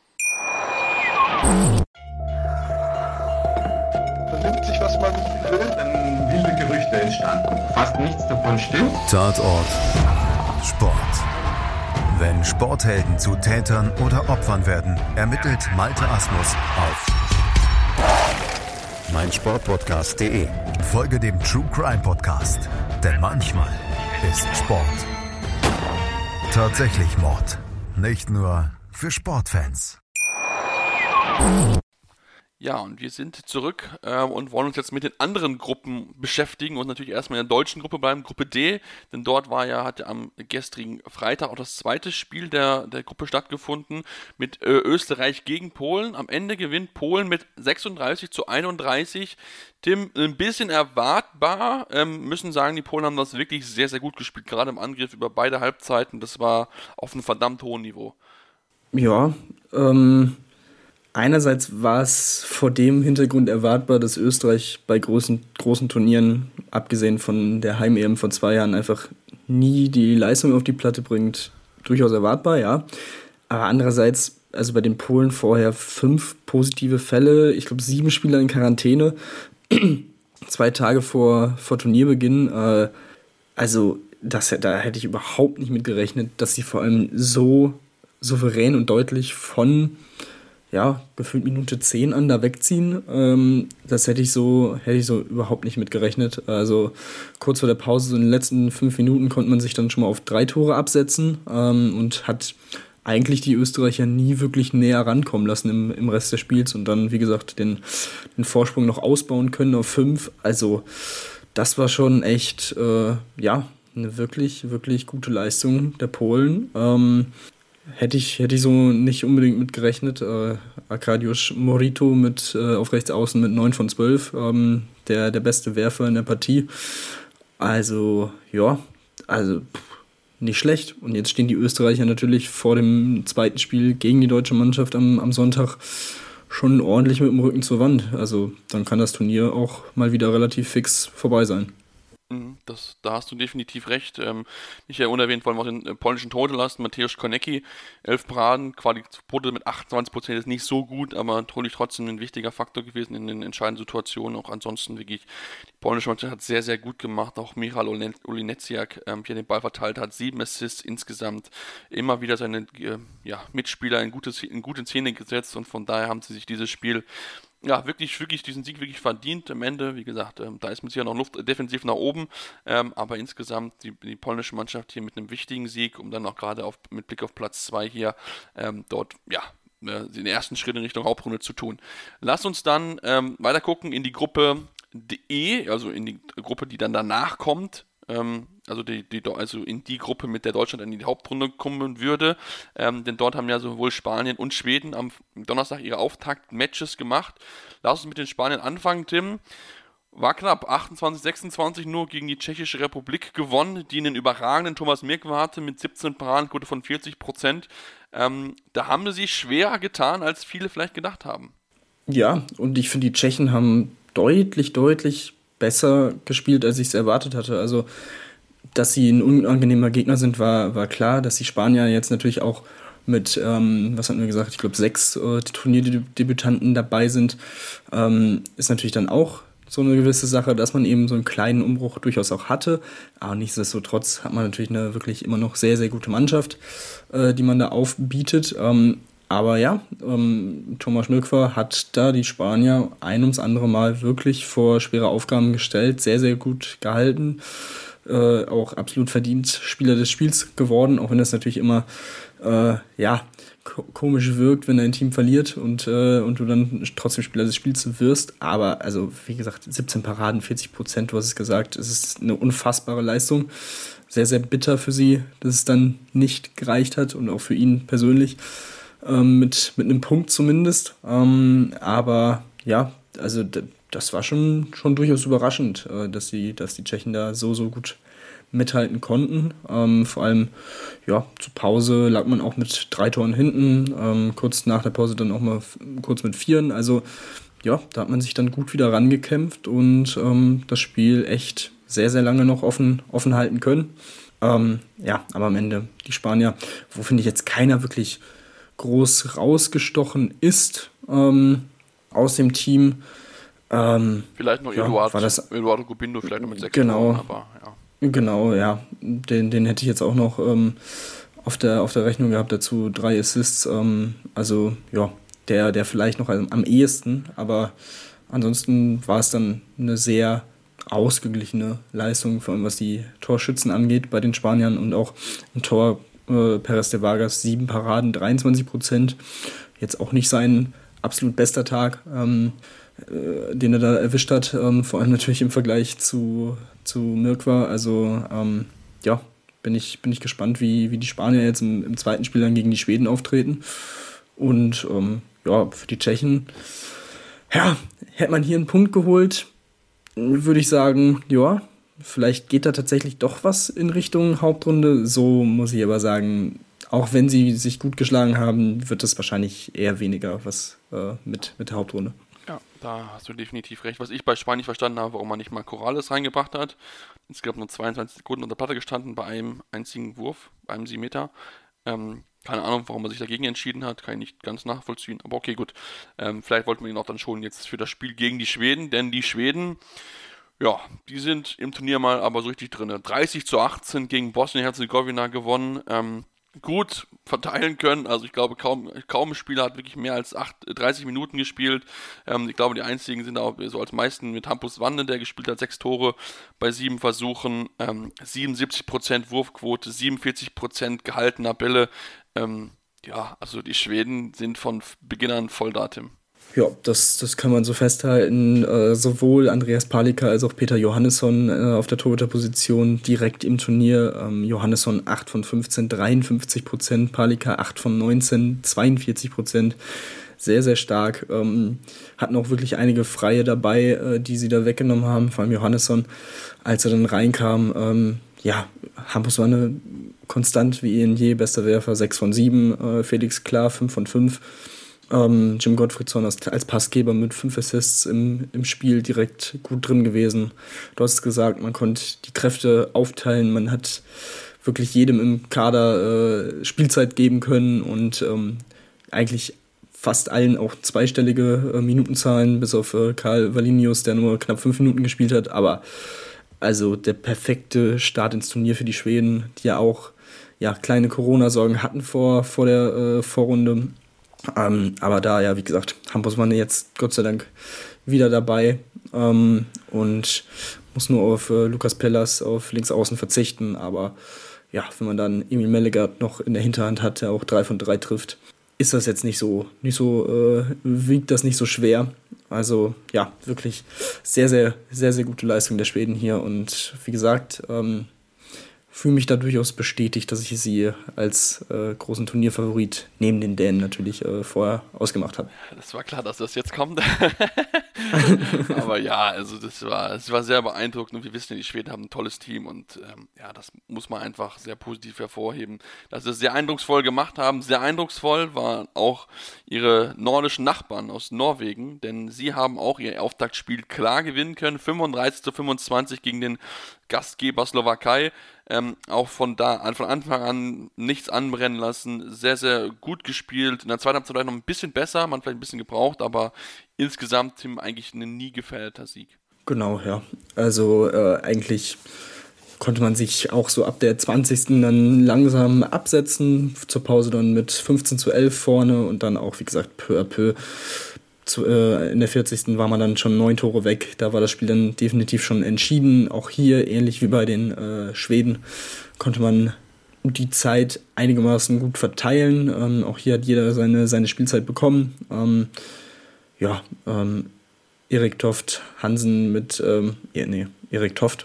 Vernimmt sich, was man will, dann wilde Gerüchte entstanden. Fast nichts davon stimmt. Tatort Sport. Wenn Sporthelden zu Tätern oder Opfern werden, ermittelt Malte Asmus auf meinsportpodcast punkt de. Folge dem True Crime Podcast, denn manchmal ist Sport tatsächlich Mord. Nicht nur für Sportfans. Ja, und wir sind zurück äh, und wollen uns jetzt mit den anderen Gruppen beschäftigen und natürlich erstmal in der deutschen Gruppe bleiben, Gruppe D, denn dort war ja, hatte am gestrigen Freitag auch das zweite Spiel der, der Gruppe stattgefunden mit äh, Österreich gegen Polen. Am Ende gewinnt Polen mit sechsunddreißig zu einunddreißig. Tim, ein bisschen erwartbar, ähm, müssen sagen, die Polen haben das wirklich sehr, sehr gut gespielt, gerade im Angriff über beide Halbzeiten. Das war auf einem verdammt hohen Niveau. Ja, ähm... einerseits war es vor dem Hintergrund erwartbar, dass Österreich bei großen, großen Turnieren, abgesehen von der Heim-E M vor zwei Jahren, einfach nie die Leistung auf die Platte bringt. Durchaus erwartbar, ja. Aber andererseits, also bei den Polen vorher fünf positive Fälle, ich glaube sieben Spieler in Quarantäne, zwei Tage vor, vor Turnierbeginn. Äh, also das, da hätte ich überhaupt nicht mit gerechnet, dass sie vor allem so souverän und deutlich von ja, gefühlt Minute zehn an da wegziehen. Ähm, das hätte ich so, hätte ich so überhaupt nicht mit gerechnet. Also kurz vor der Pause, so in den letzten fünf Minuten, konnte man sich dann schon mal auf drei Tore absetzen ähm, und hat eigentlich die Österreicher nie wirklich näher rankommen lassen im, im Rest des Spiels und dann, wie gesagt, den, den Vorsprung noch ausbauen können auf fünf. Also das war schon echt, äh, ja, eine wirklich, wirklich gute Leistung der Polen. Ähm, hätte ich, hätte ich so nicht unbedingt mit gerechnet. Äh, Arkadiusz Morito mit, äh, auf rechts außen mit neun von zwölf, ähm, der, der beste Werfer in der Partie. Also, ja, also pff, nicht schlecht. Und jetzt stehen die Österreicher natürlich vor dem zweiten Spiel gegen die deutsche Mannschaft am, am Sonntag schon ordentlich mit dem Rücken zur Wand. Also dann kann das Turnier auch mal wieder relativ fix vorbei sein. Das, da hast du definitiv recht. Ähm, nicht eher unerwähnt wollen wir auch den äh, polnischen Torhüter lassen. Mateusz Konecki, elf Paraden, Quote mit achtundzwanzig Prozent ist nicht so gut, aber natürlich trotzdem ein wichtiger Faktor gewesen in den entscheidenden Situationen. Auch ansonsten wirklich, die polnische Mannschaft hat sehr, sehr gut gemacht. Auch Michal Olejniczak, ähm, hier den Ball verteilt hat, sieben Assists insgesamt. Immer wieder seine äh, ja, Mitspieler in gute, in gute Szene gesetzt und von daher haben sie sich dieses Spiel ja, wirklich, wirklich diesen Sieg wirklich verdient am Ende. Wie gesagt, ähm, da ist mit sicher noch Luft defensiv nach oben, ähm, aber insgesamt die, die polnische Mannschaft hier mit einem wichtigen Sieg, um dann auch gerade auf, mit Blick auf Platz zwei hier ähm, dort, ja, äh, den ersten Schritt in Richtung Hauptrunde zu tun. Lass uns dann ähm, weiter gucken in die Gruppe E, also in die Gruppe, die dann danach kommt. Also, die, die, also in die Gruppe, mit der Deutschland in die Hauptrunde kommen würde. Ähm, denn dort haben ja sowohl Spanien und Schweden am Donnerstag ihre Auftakt-Matches gemacht. Lass uns mit den Spaniern anfangen, Tim. War knapp, achtundzwanzig sechsundzwanzig nur gegen die Tschechische Republik gewonnen, die einen überragenden Thomas Mirkwa hatte mit siebzehn Paradenquote von vierzig Prozent. Ähm, da haben sie sich schwerer getan, als viele vielleicht gedacht haben. Ja, und ich finde, die Tschechen haben deutlich, deutlich besser gespielt, als ich es erwartet hatte. Also, dass sie ein unangenehmer Gegner sind, war, war klar. Dass die Spanier jetzt natürlich auch mit, ähm, was hatten wir gesagt, ich glaube sechs äh, Turnierdebütanten dabei sind, ähm, ist natürlich dann auch so eine gewisse Sache, dass man eben so einen kleinen Umbruch durchaus auch hatte. Aber nichtsdestotrotz hat man natürlich eine wirklich immer noch sehr, sehr gute Mannschaft, äh, die man da aufbietet. Ähm, Aber ja, ähm, Thomas Mirkwa hat da die Spanier ein ums andere Mal wirklich vor schwere Aufgaben gestellt, sehr, sehr gut gehalten, äh, auch absolut verdient Spieler des Spiels geworden, auch wenn das natürlich immer äh, ja, ko- komisch wirkt, wenn dein Team verliert und, äh, und du dann trotzdem Spieler des Spiels wirst. Aber also wie gesagt, siebzehn Paraden, vierzig Prozent, du hast es gesagt, es ist eine unfassbare Leistung. Sehr, sehr bitter für sie, dass es dann nicht gereicht hat und auch für ihn persönlich. Ähm, mit, mit einem Punkt zumindest. Ähm, aber ja, also d- das war schon, schon durchaus überraschend, äh, dass, die, dass die Tschechen da so, so gut mithalten konnten. Ähm, vor allem, ja, zur Pause lag man auch mit drei Toren hinten, ähm, kurz nach der Pause dann auch mal f- kurz mit vieren. Also ja, da hat man sich dann gut wieder rangekämpft und ähm, das Spiel echt sehr, sehr lange noch offen, offen halten können. Ähm, ja, aber am Ende die Spanier, wo finde ich jetzt keiner wirklich groß rausgestochen ist ähm, aus dem Team. Ähm, vielleicht noch ja, Eduardo, war das, Eduardo Gubindo, vielleicht noch mit sechs genau, Toren, aber ja. Genau, ja. Den, den hätte ich jetzt auch noch ähm, auf, der, auf der Rechnung gehabt, dazu drei Assists. Ähm, also ja, der, der vielleicht noch am, am ehesten, aber ansonsten war es dann eine sehr ausgeglichene Leistung, vor allem was die Torschützen angeht bei den Spaniern und auch ein Tor äh, Perez de Vargas, sieben Paraden, dreiundzwanzig Prozent. Jetzt auch nicht sein absolut bester Tag, ähm, äh, den er da erwischt hat, ähm, vor allem natürlich im Vergleich zu, zu Mirkwa. Also ähm, ja, bin ich, bin ich gespannt, wie, wie die Spanier jetzt im, im zweiten Spiel dann gegen die Schweden auftreten. Und ähm, ja, für die Tschechen, ja, hätte man hier einen Punkt geholt, würde ich sagen, ja, vielleicht geht da tatsächlich doch was in Richtung Hauptrunde. So muss ich aber sagen, auch wenn sie sich gut geschlagen haben, wird das wahrscheinlich eher weniger was äh, mit, mit der Hauptrunde. Ja, da hast du definitiv recht. Was ich bei Spanien nicht verstanden habe, warum man nicht mal Corrales reingebracht hat. Insgesamt nur zweiundzwanzig Sekunden unter Platte gestanden bei einem einzigen Wurf, bei einem sieben Meter. Ähm, keine Ahnung, warum man sich dagegen entschieden hat, kann ich nicht ganz nachvollziehen. Aber okay, gut. Ähm, vielleicht wollten wir ihn auch dann schon jetzt für das Spiel gegen die Schweden, denn die Schweden, ja, die sind im Turnier mal aber so richtig drin. dreißig zu achtzehn gegen Bosnien-Herzegowina gewonnen. Ähm, gut verteilen können. Also ich glaube, kaum, kaum ein Spieler hat wirklich mehr als acht, dreißig Minuten gespielt. Ähm, ich glaube, die einzigen sind auch so als meisten mit Hampus Wande, der gespielt hat, sechs Tore bei sieben Versuchen, ähm, siebenundsiebzig Prozent Wurfquote, siebenundvierzig Prozent gehaltener Bälle. Ähm, ja, also die Schweden sind von Beginn an voll da, Tim. Ja, das, das kann man so festhalten. Äh, sowohl Andreas Palicka als auch Peter Johannesson äh, auf der Torhüterposition direkt im Turnier. Ähm, Johannesson acht von fünfzehn, dreiundfünfzig Prozent, Palicka acht von neunzehn, zweiundvierzig Prozent. Sehr, sehr stark. Ähm, hatten auch wirklich einige Freie dabei, äh, die sie da weggenommen haben, vor allem Johannesson, als er dann reinkam. Ähm, ja, Hampus Wanne konstant wie eh und je, bester Werfer, sechs von sieben, äh, Felix Klar, fünf von fünf. Ähm, Jim Gottfriedson als, als Passgeber mit fünf Assists im, im Spiel direkt gut drin gewesen. Du hast es gesagt, man konnte die Kräfte aufteilen, man hat wirklich jedem im Kader äh, Spielzeit geben können und ähm, eigentlich fast allen auch zweistellige äh, Minutenzahlen, bis auf äh, Karl Valinius, der nur knapp fünf Minuten gespielt hat, aber also der perfekte Start ins Turnier für die Schweden, die ja auch ja, kleine Corona-Sorgen hatten vor, vor der äh, Vorrunde. Ähm, aber da, ja, wie gesagt, Hampus Wanne jetzt Gott sei Dank wieder dabei ähm, und muss nur auf äh, Lukas Pellas auf Linksaußen verzichten. Aber ja, wenn man dann Emil Mellegard noch in der Hinterhand hat, der auch drei von drei trifft, ist das jetzt nicht so, nicht so, äh, wiegt das nicht so schwer. Also ja, wirklich sehr, sehr, sehr, sehr gute Leistung der Schweden hier. Und wie gesagt, ähm, fühle mich da durchaus bestätigt, dass ich sie als äh, großen Turnierfavorit neben den Dänen natürlich äh, vorher ausgemacht habe. Das war klar, dass das jetzt kommt. Aber ja, also das war, das war sehr beeindruckend und wir wissen ja, die Schweden haben ein tolles Team und ähm, ja, das muss man einfach sehr positiv hervorheben, dass sie es sehr eindrucksvoll gemacht haben. Sehr eindrucksvoll waren auch ihre nordischen Nachbarn aus Norwegen, denn sie haben auch ihr Auftaktspiel klar gewinnen können, fünfunddreißig zu fünfundzwanzig gegen den Gastgeber Slowakei. Ähm, auch von da von Anfang an nichts anbrennen lassen, sehr, sehr gut gespielt. In der zweiten Halbzeit noch ein bisschen besser, man vielleicht ein bisschen gebraucht, aber insgesamt Tim eigentlich ein nie gefährdeter Sieg. Genau, ja. Also äh, eigentlich konnte man sich auch so ab der zwanzigsten dann langsam absetzen, zur Pause dann mit fünfzehn zu elf vorne und dann auch, wie gesagt, peu à peu. Zu, äh, in der vierzigsten war man dann schon neun Tore weg. Da war das Spiel dann definitiv schon entschieden. Auch hier, ähnlich wie bei den äh, Schweden, konnte man die Zeit einigermaßen gut verteilen. Ähm, auch hier hat jeder seine, seine Spielzeit bekommen. Ähm, ja, ähm, Erik Toft Hansen mit, ähm, ja, nee, Erik Toft.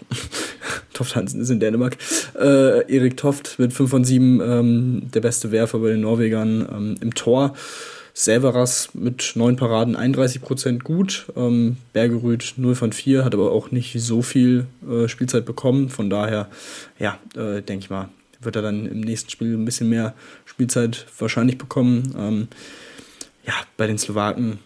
Toft Hansen ist in Dänemark. Äh, Erik Toft mit fünf von sieben, ähm, der beste Werfer bei den Norwegern ähm, im Tor. Severas mit neun Paraden, einunddreißig Prozent gut. Ähm, Bergerud null von vier, hat aber auch nicht so viel äh, Spielzeit bekommen. Von daher, ja, äh, denke ich mal, wird er dann im nächsten Spiel ein bisschen mehr Spielzeit wahrscheinlich bekommen. Ähm, ja, bei den Slowaken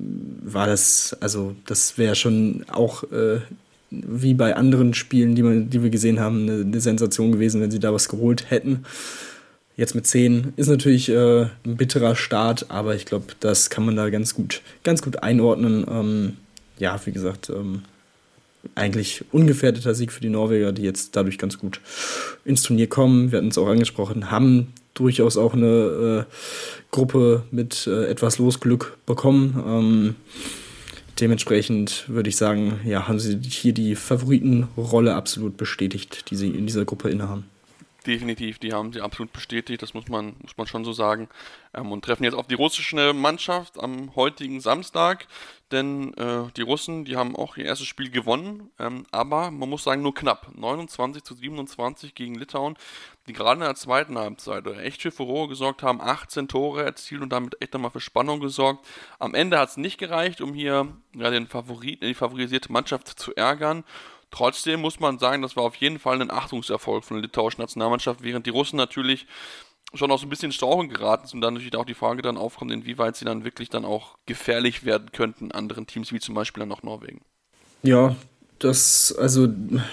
war das, also das wäre schon auch äh, wie bei anderen Spielen, die, man, die wir gesehen haben, eine, eine Sensation gewesen, wenn sie da was geholt hätten. Jetzt mit zehn ist natürlich äh, ein bitterer Start, aber ich glaube, das kann man da ganz gut, ganz gut einordnen. Ähm, ja, wie gesagt, ähm, eigentlich ungefährdeter Sieg für die Norweger, die jetzt dadurch ganz gut ins Turnier kommen. Wir hatten es auch angesprochen, haben durchaus auch eine äh, Gruppe mit äh, etwas Losglück bekommen. Ähm, dementsprechend würde ich sagen, ja, haben sie hier die Favoritenrolle absolut bestätigt, die sie in dieser Gruppe innehaben. Definitiv, die haben sie absolut bestätigt, das muss man, muss man schon so sagen. Ähm, und treffen jetzt auf die russische Mannschaft am heutigen Samstag, denn äh, die Russen, die haben auch ihr erstes Spiel gewonnen, ähm, aber man muss sagen, nur knapp. neunundzwanzig zu siebenundzwanzig gegen Litauen, die gerade in der zweiten Halbzeit echt für Furore gesorgt haben, achtzehn Tore erzielt und damit echt nochmal für Spannung gesorgt. Am Ende hat es nicht gereicht, um hier ja, den Favorit, die favorisierte Mannschaft zu ärgern. Trotzdem muss man sagen, das war auf jeden Fall ein Achtungserfolg von der litauischen Nationalmannschaft, während die Russen natürlich schon auch so ein bisschen ins Straucheln geraten sind und dann natürlich auch die Frage dann aufkommt, inwieweit sie dann wirklich dann auch gefährlich werden könnten anderen Teams, wie zum Beispiel dann auch Norwegen. Ja, das, also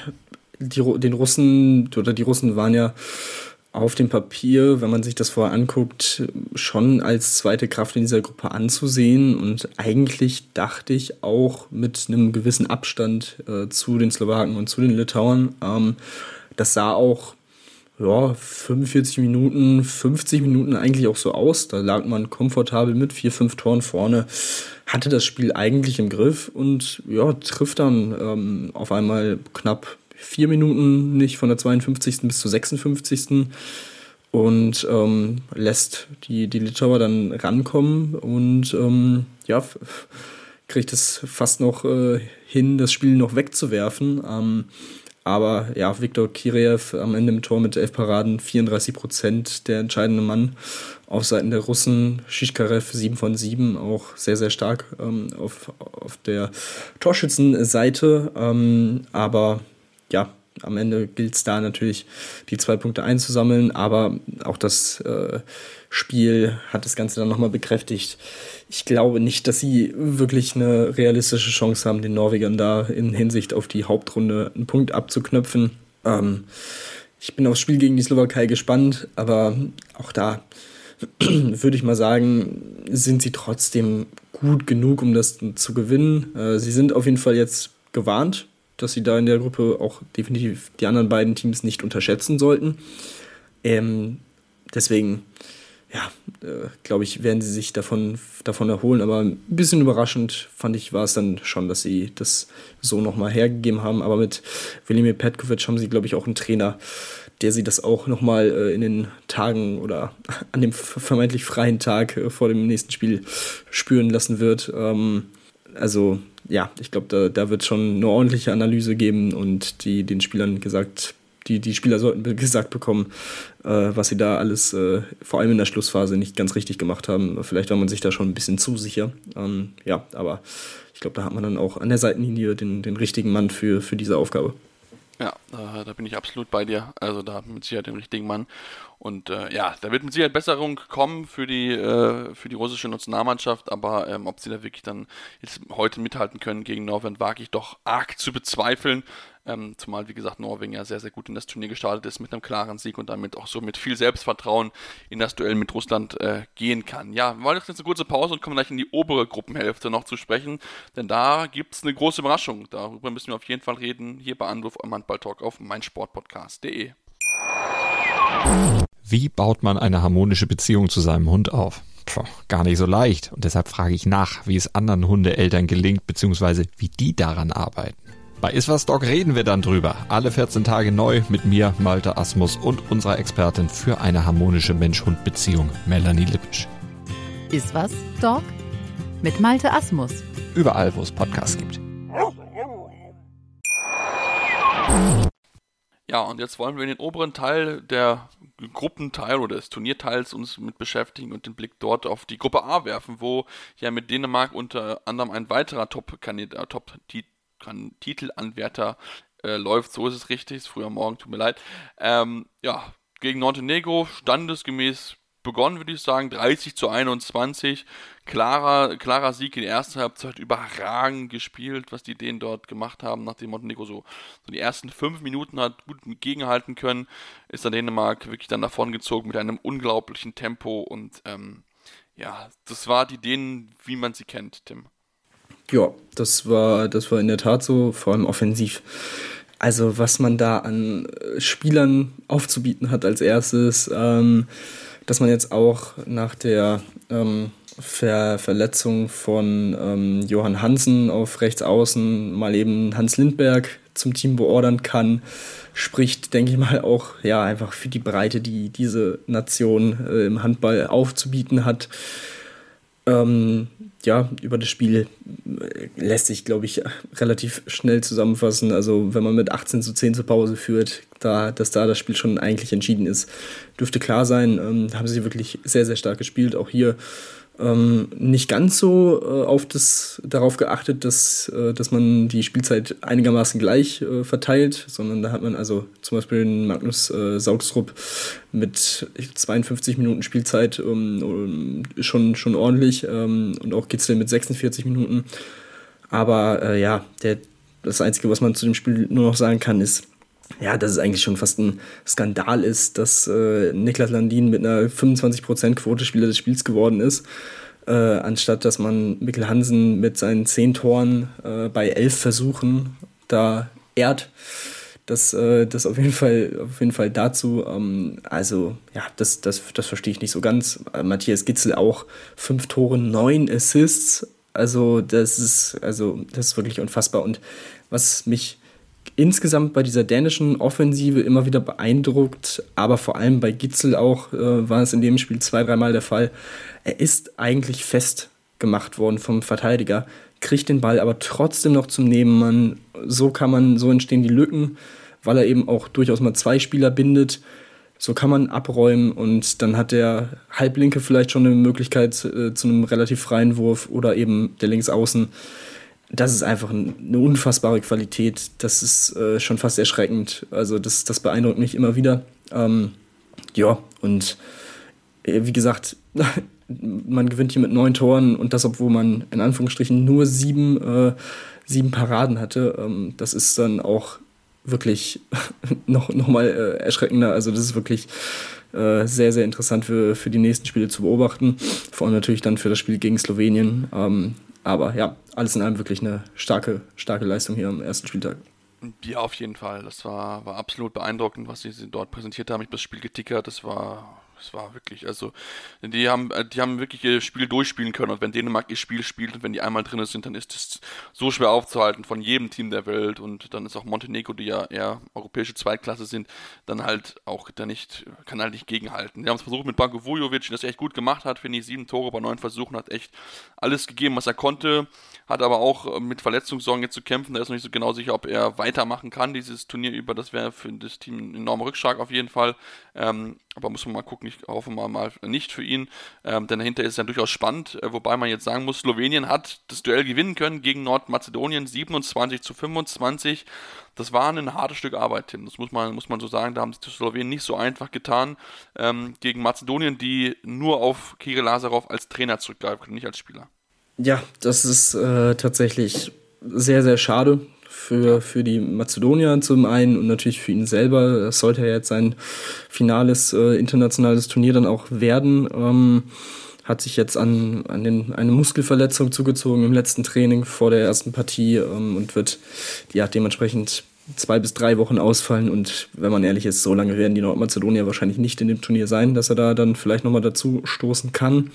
die, den Russen oder die Russen waren ja auf dem Papier, wenn man sich das vorher anguckt, schon als zweite Kraft in dieser Gruppe anzusehen und eigentlich dachte ich auch mit einem gewissen Abstand äh, zu den Slowaken und zu den Litauern. Ähm, das sah auch ja, fünfundvierzig Minuten, fünfzig Minuten eigentlich auch so aus. Da lag man komfortabel mit vier, fünf Toren vorne, hatte das Spiel eigentlich im Griff und ja, trifft dann ähm, auf einmal knapp vier Minuten nicht von der zweiundfünfzigsten bis zur sechsundfünfzigsten und ähm, lässt die, die Litauer dann rankommen und ähm, ja, f- kriegt es fast noch äh, hin, das Spiel noch wegzuwerfen. Ähm, aber ja, Viktor Kireev am Ende im Tor mit elf Paraden, vierunddreißig Prozent der entscheidende Mann auf Seiten der Russen. Shishkarev sieben von sieben, auch sehr, sehr stark ähm, auf, auf der Torschützenseite. Ähm, aber ja, am Ende gilt es da natürlich, die zwei Punkte einzusammeln, aber auch das äh, Spiel hat das Ganze dann nochmal bekräftigt. Ich glaube nicht, dass sie wirklich eine realistische Chance haben, den Norwegern da in Hinsicht auf die Hauptrunde einen Punkt abzuknöpfen. Ähm, ich bin aufs Spiel gegen die Slowakei gespannt, aber auch da würde ich mal sagen, sind sie trotzdem gut genug, um das zu gewinnen. Äh, sie sind auf jeden Fall jetzt gewarnt, dass sie da in der Gruppe auch definitiv die anderen beiden Teams nicht unterschätzen sollten. Ähm, deswegen, ja, äh, glaube ich, werden sie sich davon, davon erholen. Aber ein bisschen überraschend fand ich, war es dann schon, dass sie das so nochmal hergegeben haben. Aber mit Velimir Petkovic haben sie, glaube ich, auch einen Trainer, der sie das auch nochmal äh, in den Tagen oder an dem vermeintlich freien Tag äh, vor dem nächsten Spiel spüren lassen wird. Ähm, also ja, ich glaube, da, da wird schon eine ordentliche Analyse geben und die den Spielern gesagt, die, die Spieler sollten gesagt bekommen, äh, was sie da alles, äh, vor allem in der Schlussphase, nicht ganz richtig gemacht haben. Vielleicht war man sich da schon ein bisschen zu sicher. Ähm, ja, aber ich glaube, da hat man dann auch an der Seitenlinie den, den richtigen Mann für, für diese Aufgabe. Ja, äh, da bin ich absolut bei dir. Also da hat man mit Sicherheit den richtigen Mann. Und äh, ja, da wird mit Sicherheit Besserung kommen für die, äh, für die russische Nationalmannschaft, aber ähm, ob sie da wirklich dann jetzt heute mithalten können gegen Norwegen, wage ich doch arg zu bezweifeln. Ähm, zumal, wie gesagt, Norwegen ja sehr, sehr gut in das Turnier gestartet ist mit einem klaren Sieg und damit auch so mit viel Selbstvertrauen in das Duell mit Russland äh, gehen kann. Ja, wir wollen jetzt eine kurze Pause und kommen gleich in die obere Gruppenhälfte noch zu sprechen, denn da gibt es eine große Überraschung. Darüber müssen wir auf jeden Fall reden, hier bei Anwurf am Handball-Talk auf meinsportpodcast punkt de. Wie baut man eine harmonische Beziehung zu seinem Hund auf? Puh, gar nicht so leicht. Und deshalb frage ich nach, wie es anderen Hundeeltern gelingt, beziehungsweise wie die daran arbeiten. Bei Iswas Dog reden wir dann drüber. Alle vierzehn Tage neu mit mir, Malte Asmus und unserer Expertin für eine harmonische Mensch-Hund-Beziehung, Melanie Lippisch. Iswas Dog mit Malte Asmus. Überall, wo es Podcasts gibt. Ja, und jetzt wollen wir in den oberen Teil der Gruppenteil oder des Turnierteils uns mit beschäftigen und den Blick dort auf die Gruppe A werfen, wo ja mit Dänemark unter anderem ein weiterer Top-Kandidat, Top-Titelanwärter äh, läuft. So ist es richtig, ist früher Morgen, tut mir leid. Ähm, ja, gegen Montenegro standesgemäß begonnen, würde ich sagen, dreißig zu einundzwanzig. Klarer, klarer Sieg in der ersten Halbzeit, überragend gespielt, was die Dänen dort gemacht haben, nachdem Montenegro so, so die ersten fünf Minuten hat gut gegenhalten können, ist dann Dänemark wirklich dann davon gezogen mit einem unglaublichen Tempo und ähm, ja, das war die Dänen, wie man sie kennt, Tim. Ja, das war, das war in der Tat so, vor allem offensiv. Also was man da an Spielern aufzubieten hat als erstes, ähm, dass man jetzt auch nach der ähm, Ver- Verletzung von ähm, Johann Hansen auf rechts außen mal eben Hans Lindberg zum Team beordern kann, spricht, denke ich mal, auch ja einfach für die Breite, die diese Nation äh, im Handball aufzubieten hat. Ähm, ja, über das Spiel lässt sich, glaube ich, relativ schnell zusammenfassen. Also wenn man mit achtzehn zu zehn zur Pause führt, da, dass da das Spiel schon eigentlich entschieden ist, dürfte klar sein. Ähm, haben sie wirklich sehr, sehr stark gespielt. Auch hier ähm, nicht ganz so äh, auf das, darauf geachtet, dass, äh, dass man die Spielzeit einigermaßen gleich äh, verteilt, sondern da hat man also zum Beispiel den Magnus äh, Saugstrup mit zweiundfünfzig Minuten Spielzeit ähm, schon, schon ordentlich ähm, und auch Kitzel mit sechsundvierzig Minuten. Aber äh, ja, der, das Einzige, was man zu dem Spiel nur noch sagen kann, ist, ja, dass es eigentlich schon fast ein Skandal ist, dass äh, Niklas Landin mit einer fünfundzwanzig Prozent Quote Spieler des Spiels geworden ist, äh, anstatt dass man Mikkel Hansen mit seinen zehn Toren äh, bei elf Versuchen da ehrt. Das, äh, das auf jeden Fall, auf jeden Fall dazu. Ähm, also, ja, das, das, das verstehe ich nicht so ganz. Äh, Matthias Gitzel auch fünf Tore, neun Assists. Also, das ist, also, das ist wirklich unfassbar. Und was mich insgesamt bei dieser dänischen Offensive immer wieder beeindruckt, aber vor allem bei Gitzel auch, äh, war es in dem Spiel zwei, dreimal der Fall. Er ist eigentlich festgemacht worden vom Verteidiger, kriegt den Ball aber trotzdem noch zum Nebenmann. So kann man, so entstehen die Lücken, weil er eben auch durchaus mal zwei Spieler bindet. So kann man abräumen und dann hat der Halblinke vielleicht schon eine Möglichkeit äh, zu einem relativ freien Wurf oder eben der Linksaußen. Das ist einfach eine unfassbare Qualität. Das ist äh, schon fast erschreckend. Also das, das beeindruckt mich immer wieder. Ähm, ja, und äh, wie gesagt, man gewinnt hier mit neun Toren und das, obwohl man in Anführungsstrichen nur sieben, äh, sieben Paraden hatte. Ähm, das ist dann auch wirklich noch, noch mal äh, erschreckender. Also das ist wirklich äh, sehr, sehr interessant für, für die nächsten Spiele zu beobachten. Vor allem natürlich dann für das Spiel gegen Slowenien. Ähm, aber ja, alles in allem wirklich eine starke, starke Leistung hier am ersten Spieltag. Ja, auf jeden Fall. Das war, war absolut beeindruckend, was sie dort präsentiert haben. Ich habe das Spiel getickert. Das war... Das war wirklich, also, die haben, die haben wirklich ihr Spiel durchspielen können und wenn Dänemark ihr Spiel spielt und wenn die einmal drin sind, dann ist es so schwer aufzuhalten von jedem Team der Welt und dann ist auch Montenegro, die ja eher europäische Zweitklasse sind, dann halt auch da nicht, kann halt nicht gegenhalten. Die haben es versucht mit Branko Vujovic, das er echt gut gemacht hat, finde ich, sieben Tore bei neun Versuchen, hat echt alles gegeben, was er konnte, hat aber auch mit Verletzungssorgen jetzt zu kämpfen, da ist noch nicht so genau sicher, ob er weitermachen kann, dieses Turnier über, das wäre für das Team ein enormer Rückschlag auf jeden Fall, ähm, aber muss man mal gucken, ich hoffe mal, mal nicht für ihn, ähm, denn dahinter ist es ja durchaus spannend, äh, wobei man jetzt sagen muss, Slowenien hat das Duell gewinnen können gegen Nordmazedonien, siebenundzwanzig zu fünfundzwanzig, das war ein hartes Stück Arbeit, Tim, das muss man, muss man so sagen, da haben sich die Slowenen nicht so einfach getan, ähm, gegen Mazedonien, die nur auf Kirill Lazarov als Trainer zurückgreifen können, nicht als Spieler. Ja, das ist äh, tatsächlich sehr, sehr schade. Für, für die Mazedonier zum einen und natürlich für ihn selber. Das sollte ja jetzt sein finales äh, internationales Turnier dann auch werden. Ähm, hat sich jetzt an, an den, eine Muskelverletzung zugezogen im letzten Training vor der ersten Partie ähm, und wird ja dementsprechend zwei bis drei Wochen ausfallen. Und wenn man ehrlich ist, so lange werden die Nordmazedonier wahrscheinlich nicht in dem Turnier sein, dass er da dann vielleicht nochmal dazu stoßen kann.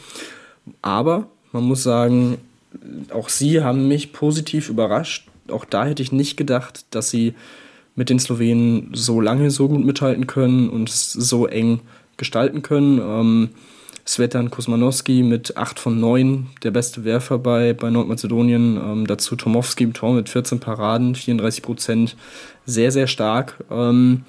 Aber man muss sagen, auch sie haben mich positiv überrascht. Auch da hätte ich nicht gedacht, dass sie mit den Slowenen so lange so gut mithalten können und es so eng gestalten können. Ähm, Svetan Kuzmanowski mit acht von neun, der beste Werfer bei, bei Nordmazedonien. Ähm, dazu Tomowski im Tor mit vierzehn Paraden, vierunddreißig Prozent. Sehr, sehr stark. Ähm,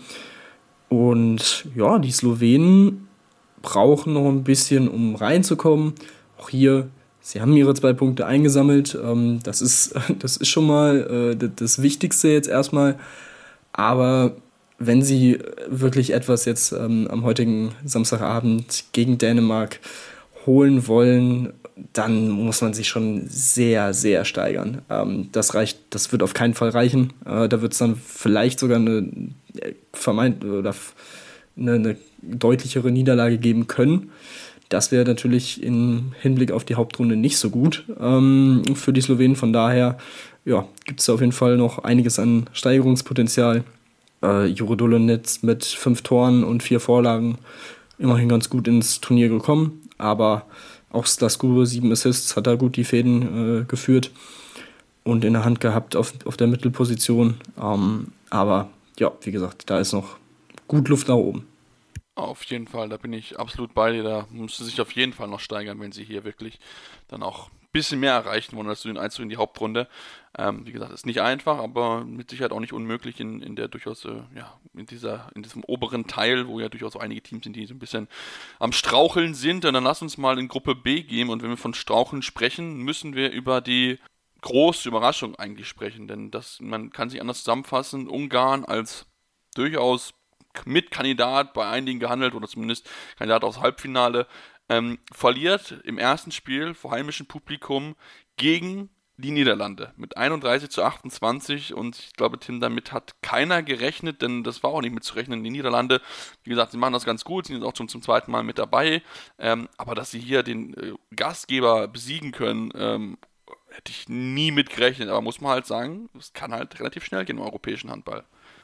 und ja, die Slowenen brauchen noch ein bisschen, um reinzukommen. Auch hier, sie haben ihre zwei Punkte eingesammelt. Ähm, das ist, das ist schon mal äh, das Wichtigste jetzt erstmal. Aber wenn sie wirklich etwas jetzt ähm, am heutigen Samstagabend gegen Dänemark holen wollen, dann muss man sich schon sehr, sehr steigern. Ähm, das reicht, das wird auf keinen Fall reichen. Äh, da wird es dann vielleicht sogar eine vermeint oder eine, eine deutlichere Niederlage geben können. Das wäre natürlich im Hinblick auf die Hauptrunde nicht so gut ähm, für die Slowenen. Von daher ja, gibt es auf jeden Fall noch einiges an Steigerungspotenzial. Äh, Jure Dolonetz mit fünf Toren und vier Vorlagen immerhin ganz gut ins Turnier gekommen. Aber auch Slaskur, sieben Assists, hat da gut die Fäden äh, geführt und in der Hand gehabt auf, auf der Mittelposition. Ähm, aber ja, wie gesagt, da ist noch gut Luft nach oben. Auf jeden Fall, da bin ich absolut bei dir. Da musste sich auf jeden Fall noch steigern, wenn sie hier wirklich dann auch ein bisschen mehr erreichen wollen als den Einzug in die Hauptrunde. Ähm, wie gesagt, ist nicht einfach, aber mit Sicherheit auch nicht unmöglich in, in der durchaus, äh, ja, in dieser, in diesem oberen Teil, wo ja durchaus auch einige Teams sind, die so ein bisschen am Straucheln sind. Und dann lass uns mal in Gruppe B gehen und wenn wir von Straucheln sprechen, müssen wir über die große Überraschung eigentlich sprechen, denn das, man kann sich anders zusammenfassen, Ungarn als durchaus Mitkandidat bei einigen gehandelt oder zumindest Kandidat aufs Halbfinale, ähm, verliert im ersten Spiel vor heimischem Publikum gegen die Niederlande mit einunddreißig zu achtundzwanzig und ich glaube, Tim, damit hat keiner gerechnet, denn das war auch nicht mitzurechnen. Die Niederlande, wie gesagt, sie machen das ganz gut, sie sind auch schon zum zweiten Mal mit dabei, ähm, aber dass sie hier den äh, Gastgeber besiegen können, ähm, hätte ich nie mit gerechnet, aber muss man halt sagen, es kann halt relativ schnell gehen im europäischen Handball.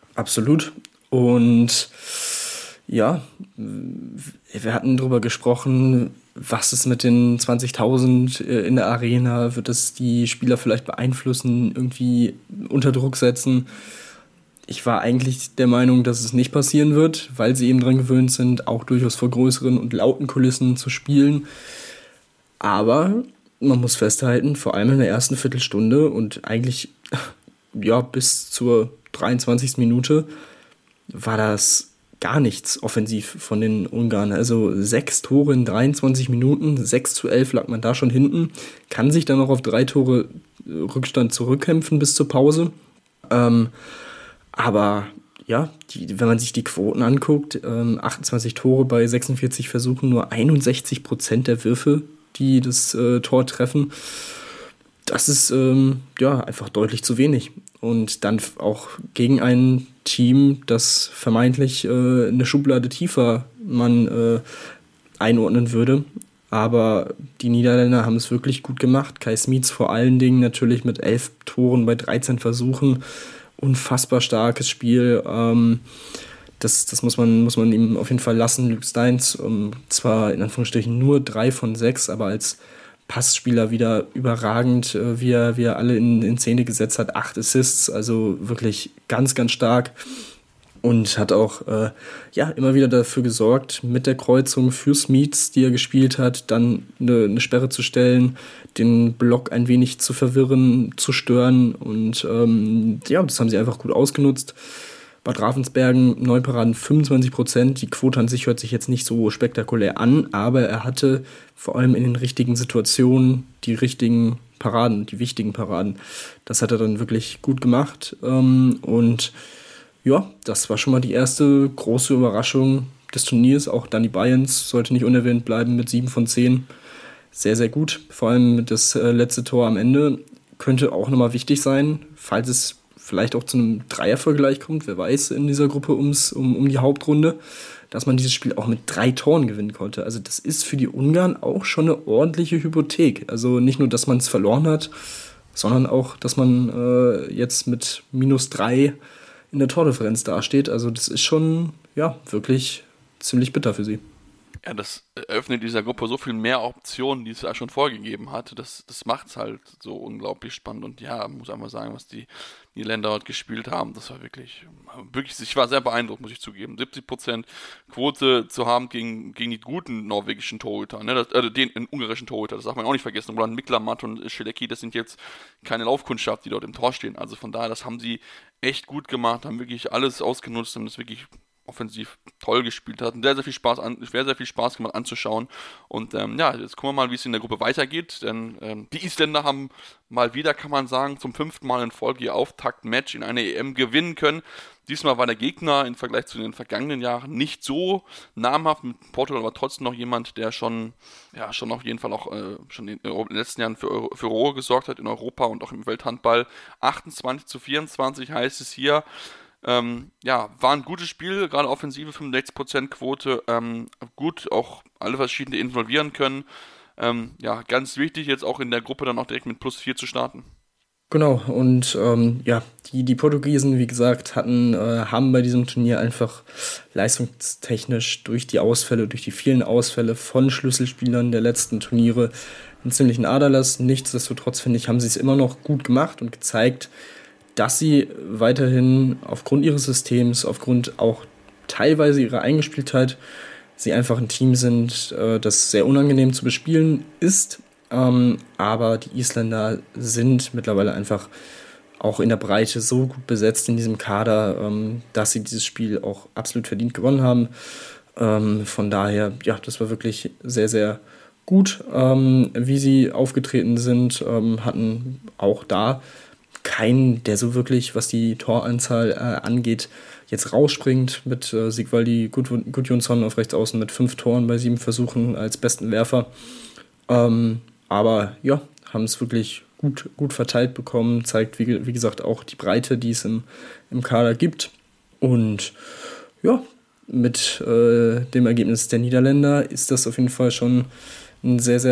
Absolut. Und ja, wir hatten darüber gesprochen, was ist mit den zwanzigtausend in der Arena? Wird das die Spieler vielleicht beeinflussen, irgendwie unter Druck setzen? Ich war eigentlich der Meinung, dass es nicht passieren wird, weil sie eben dran gewöhnt sind, auch durchaus vor größeren und lauten Kulissen zu spielen. Aber man muss festhalten, vor allem in der ersten Viertelstunde und eigentlich ja, bis zur dreiundzwanzigsten Minute war das gar nichts offensiv von den Ungarn. Also sechs Tore in dreiundzwanzig Minuten, sechs zu elf lag man da schon hinten, kann sich dann noch auf drei Tore Rückstand zurückkämpfen bis zur Pause. Ähm, aber ja, die, wenn man sich die Quoten anguckt, ähm, achtundzwanzig Tore bei sechsundvierzig Versuchen, nur einundsechzig Prozent der Würfe, die das äh, Tor treffen. Das ist ähm, ja einfach deutlich zu wenig. Und dann auch gegen ein Team, das vermeintlich äh, eine Schublade tiefer man äh, einordnen würde. Aber die Niederländer haben es wirklich gut gemacht. Kai Smits vor allen Dingen natürlich mit elf Toren bei dreizehn Versuchen. Unfassbar starkes Spiel. Ähm, das das muss, man, muss man ihm auf jeden Fall lassen. Luc Steins, um, zwar in Anführungsstrichen nur drei von sechs, aber als Passspieler wieder überragend, wie er, wie er alle in, in Szene gesetzt hat. Acht Assists, also wirklich ganz, ganz stark. Und hat auch äh, ja, immer wieder dafür gesorgt, mit der Kreuzung für Smits, die er gespielt hat, dann eine, eine Sperre zu stellen, den Block ein wenig zu verwirren, zu stören. Und ähm, ja, das haben sie einfach gut ausgenutzt. Bad Ravensbergen, Neuparaden fünfundzwanzig Prozent. Die Quote an sich hört sich jetzt nicht so spektakulär an, aber er hatte vor allem in den richtigen Situationen die richtigen Paraden, die wichtigen Paraden. Das hat er dann wirklich gut gemacht. Und ja, das war schon mal die erste große Überraschung des Turniers. Auch Danny Bayens sollte nicht unerwähnt bleiben mit sieben von zehn. Sehr, sehr gut. Vor allem das letzte Tor am Ende könnte auch nochmal wichtig sein, falls es vielleicht auch zu einem Dreiervergleich kommt, wer weiß, in dieser Gruppe ums, um, um die Hauptrunde, dass man dieses Spiel auch mit drei Toren gewinnen konnte. Also das ist für die Ungarn auch schon eine ordentliche Hypothek. Also nicht nur, dass man es verloren hat, sondern auch, dass man äh, jetzt mit minus drei in der Tordifferenz dasteht. Also das ist schon, ja, wirklich ziemlich bitter für sie. Ja, das eröffnet dieser Gruppe so viel mehr Optionen, die es ja schon vorgegeben hat. Das, das macht es halt so unglaublich spannend. Und ja, muss einfach sagen, was die Niederländer dort gespielt haben, das war wirklich, wirklich, ich war sehr beeindruckt, muss ich zugeben. siebzig Prozent Quote zu haben gegen, gegen die guten norwegischen Torhüter, ne? das, äh, den, den ungarischen Torhüter, das darf man auch nicht vergessen. Roland Miklamart und Schilecki, das sind jetzt keine Laufkundschaft, die dort im Tor stehen. Also von daher, das haben sie echt gut gemacht, haben wirklich alles ausgenutzt, haben das wirklich offensiv toll gespielt hat. Sehr, sehr viel Spaß an, sehr, sehr viel Spaß gemacht anzuschauen. Und ähm, ja, jetzt gucken wir mal, wie es in der Gruppe weitergeht. Denn ähm, die Isländer haben mal wieder, kann man sagen, zum fünften Mal in Folge ihr Auftaktmatch in einer E M gewinnen können. Diesmal war der Gegner im Vergleich zu den vergangenen Jahren nicht so namhaft. Mit Portugal war trotzdem noch jemand, der schon, ja, schon auf jeden Fall auch äh, schon in den letzten Jahren für Euro, für Furore gesorgt hat in Europa und auch im Welthandball. achtundzwanzig zu vierundzwanzig heißt es hier. Ähm, ja, war ein gutes Spiel, gerade offensive fünfundsechzig Prozent Quote, ähm, gut auch alle verschiedene involvieren können. Ähm, ja, ganz wichtig jetzt auch in der Gruppe dann auch direkt mit plus vier zu starten. Genau, und ähm, ja, die, die Portugiesen, wie gesagt, hatten, äh, haben bei diesem Turnier einfach leistungstechnisch durch die Ausfälle, durch die vielen Ausfälle von Schlüsselspielern der letzten Turniere einen ziemlichen Aderlass. Nichtsdestotrotz, finde ich, haben sie es immer noch gut gemacht und gezeigt, dass sie weiterhin aufgrund ihres Systems, aufgrund auch teilweise ihrer Eingespieltheit, sie einfach ein Team sind, das sehr unangenehm zu bespielen ist. Aber die Isländer sind mittlerweile einfach auch in der Breite so gut besetzt in diesem Kader, dass sie dieses Spiel auch absolut verdient gewonnen haben. Von daher, ja, das war wirklich sehr, sehr gut, wie sie aufgetreten sind, hatten auch da keinen, der so wirklich, was die Toranzahl äh, angeht, jetzt rausspringt mit äh, Sigvaldi Gudjonsson auf rechts außen mit fünf Toren bei sieben Versuchen als besten Werfer. Ähm, aber ja, haben es wirklich gut, gut verteilt bekommen, zeigt wie, wie gesagt auch die Breite, die es im, im Kader gibt. Und ja, mit äh, dem Ergebnis der Niederländer ist das auf jeden Fall schon ein sehr, sehr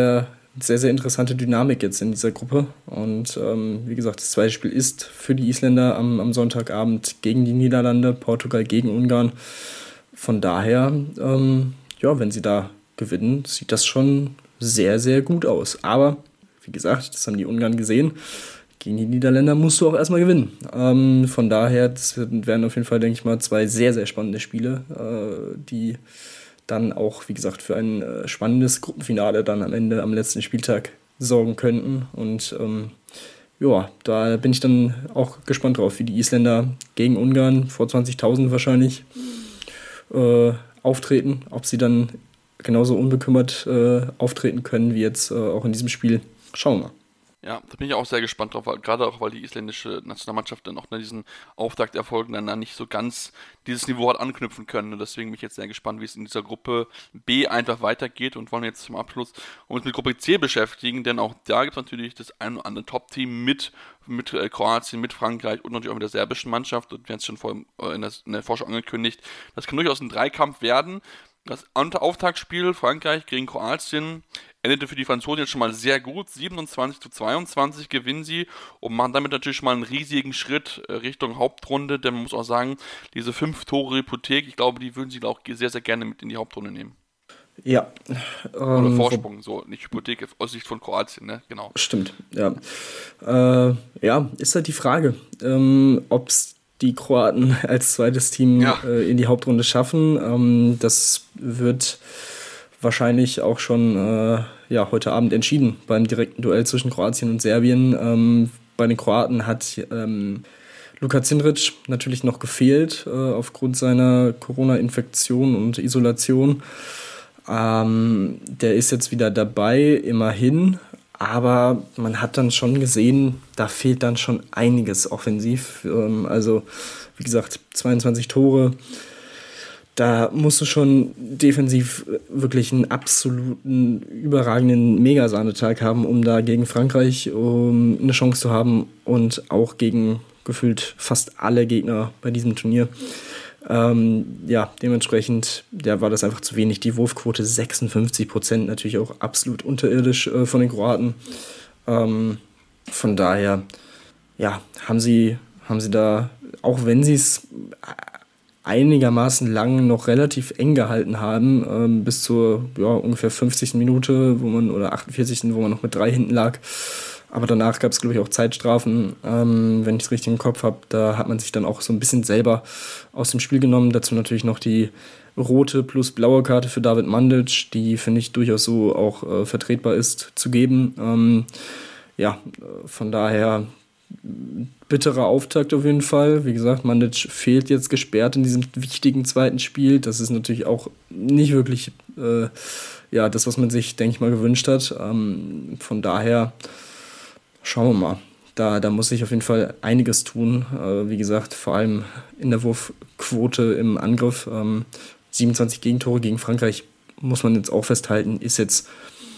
sehr, sehr interessante Dynamik jetzt in dieser Gruppe. Und ähm, wie gesagt, das zweite Spiel ist für die Isländer am, am Sonntagabend gegen die Niederlande, Portugal gegen Ungarn. Von daher, ähm, ja, wenn sie da gewinnen, sieht das schon sehr, sehr gut aus. Aber, wie gesagt, das haben die Ungarn gesehen. Gegen die Niederländer musst du auch erstmal gewinnen. Ähm, von daher, das werden auf jeden Fall, denke ich mal, zwei sehr, sehr spannende Spiele, äh, die dann auch, wie gesagt, für ein äh, spannendes Gruppenfinale dann am Ende, am letzten Spieltag sorgen könnten. Und ähm, ja, da bin ich dann auch gespannt drauf, wie die Isländer gegen Ungarn vor zwanzigtausend wahrscheinlich äh, auftreten. Ob sie dann genauso unbekümmert äh, auftreten können wie jetzt äh, auch in diesem Spiel. Schauen wir mal. Ja, da bin ich auch sehr gespannt drauf, gerade auch, weil die isländische Nationalmannschaft dann auch nach diesen Auftakterfolgen dann nicht so ganz dieses Niveau hat anknüpfen können. Und deswegen bin ich jetzt sehr gespannt, wie es in dieser Gruppe B einfach weitergeht und wollen jetzt zum Abschluss uns mit Gruppe C beschäftigen, denn auch da gibt es natürlich das ein oder andere Top-Team mit, mit äh, Kroatien, mit Frankreich und natürlich auch mit der serbischen Mannschaft. Und wir haben es schon vor, äh, in, der, in der Vorschau angekündigt, das kann durchaus ein Dreikampf werden. Das Auftaktspiel Frankreich gegen Kroatien endete für die Franzosen jetzt schon mal sehr gut. siebenundzwanzig zu zweiundzwanzig gewinnen sie und machen damit natürlich schon mal einen riesigen Schritt Richtung Hauptrunde. Denn man muss auch sagen, diese fünf Tore Hypothek, ich glaube, die würden sie auch sehr, sehr gerne mit in die Hauptrunde nehmen. Ja. Oder Ähm, Vorsprung, so, nicht Hypothek aus Sicht von Kroatien, ne? Genau. Stimmt, ja. Äh, ja, ist halt die Frage, ähm, ob es die Kroaten als zweites Team Ja. äh, in die Hauptrunde schaffen. Ähm, das wird wahrscheinlich auch schon äh, ja, heute Abend entschieden beim direkten Duell zwischen Kroatien und Serbien. Ähm, bei den Kroaten hat ähm, Luka Cindric natürlich noch gefehlt äh, aufgrund seiner Corona-Infektion und Isolation. Ähm, der ist jetzt wieder dabei, immerhin. Aber man hat dann schon gesehen, da fehlt dann schon einiges offensiv. Ähm, also, wie gesagt, zweiundzwanzig Tore. Da musst du schon defensiv wirklich einen absoluten, überragenden Megasahnetag haben, um da gegen Frankreich um eine Chance zu haben und auch gegen gefühlt fast alle Gegner bei diesem Turnier. Ähm, ja, dementsprechend ja, war das einfach zu wenig. Die Wurfquote sechsundfünfzig Prozent, natürlich auch absolut unterirdisch äh, von den Kroaten. Ähm, von daher, ja, haben sie, haben sie da, auch wenn sie es einigermaßen lang noch relativ eng gehalten haben, ähm, bis zur ja, ungefähr fünfzigsten Minute, wo man, oder achtundvierzigsten wo man noch mit drei hinten lag. Aber danach gab es, glaube ich, auch Zeitstrafen, ähm, wenn ich es richtig im Kopf habe. Da hat man sich dann auch so ein bisschen selber aus dem Spiel genommen. Dazu natürlich noch die rote plus blaue Karte für David Mandic, die, finde ich, durchaus so auch äh, vertretbar ist, zu geben. Ähm, ja, von daher bitterer Auftakt auf jeden Fall. Wie gesagt, Mandic fehlt jetzt gesperrt in diesem wichtigen zweiten Spiel. Das ist natürlich auch nicht wirklich äh, ja, das, was man sich, denke ich mal, gewünscht hat. Ähm, von daher schauen wir mal. Da, da muss sich auf jeden Fall einiges tun. Äh, wie gesagt, vor allem in der Wurfquote im Angriff. Ähm, siebenundzwanzig Gegentore gegen Frankreich, muss man jetzt auch festhalten, ist jetzt,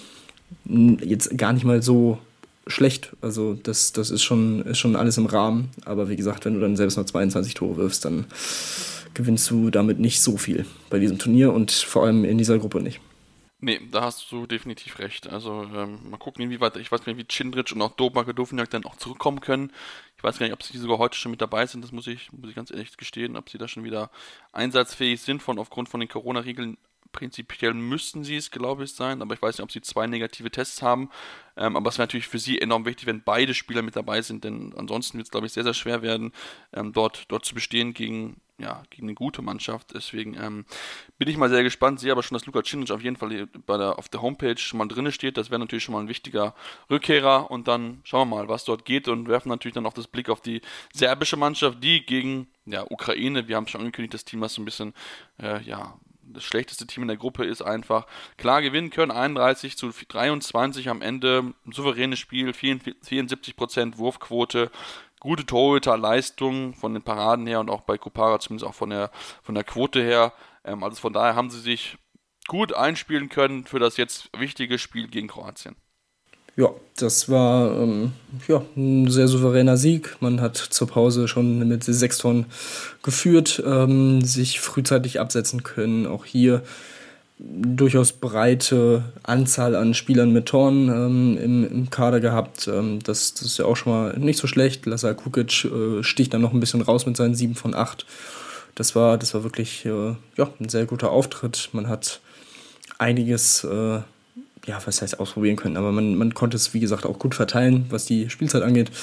jetzt gar nicht mal so schlecht. Also das, das ist schon, ist schon alles im Rahmen. Aber wie gesagt, wenn du dann selbst noch zweiundzwanzig Tore wirfst, dann gewinnst du damit nicht so viel bei diesem Turnier und vor allem in dieser Gruppe nicht. Nee, da hast du definitiv recht. Also ähm, mal gucken, inwieweit, ich weiß gar nicht, wie Cindric und auch Domagoj Dovňák dann auch zurückkommen können. Ich weiß gar nicht, ob sie sogar heute schon mit dabei sind, das muss ich, muss ich ganz ehrlich gestehen, ob sie da schon wieder einsatzfähig sind, von aufgrund von den Corona-Regeln. Prinzipiell müssten sie es, glaube ich, sein, aber ich weiß nicht, ob sie zwei negative Tests haben. Ähm, aber es wäre natürlich für sie enorm wichtig, wenn beide Spieler mit dabei sind, denn ansonsten wird es, glaube ich, sehr, sehr schwer werden, ähm, dort, dort zu bestehen gegen, ja, gegen eine gute Mannschaft. Deswegen ähm, bin ich mal sehr gespannt. Sehe aber schon, dass Luka Cindric auf jeden Fall bei der, auf der Homepage schon mal drin steht. Das wäre natürlich schon mal ein wichtiger Rückkehrer. Und dann schauen wir mal, was dort geht und werfen natürlich dann auch das Blick auf die serbische Mannschaft, die gegen ja, Ukraine, wir haben es schon angekündigt, das Team, was so ein bisschen, äh, ja, das schlechteste Team in der Gruppe ist, einfach klar gewinnen können, einunddreißig zu dreiundzwanzig am Ende, ein souveränes Spiel, vierundsiebzig Prozent Wurfquote, gute Torhüterleistung von den Paraden her und auch bei Kopara zumindest auch von der, von der Quote her, ähm, also von daher haben sie sich gut einspielen können für das jetzt wichtige Spiel gegen Kroatien. Ja, das war ähm, ja, ein sehr souveräner Sieg. Man hat zur Pause schon mit sechs Toren geführt, ähm, sich frühzeitig absetzen können. Auch hier durchaus breite Anzahl an Spielern mit Toren ähm, im, im Kader gehabt. Ähm, das, das ist ja auch schon mal nicht so schlecht. Lazar Kukic äh, sticht dann noch ein bisschen raus mit seinen sieben von acht. Das war, das war wirklich äh, ja, ein sehr guter Auftritt. Man hat einiges, äh, ja, was heißt ausprobieren können, aber man, man konnte es, wie gesagt, auch gut verteilen, was die Spielzeit angeht.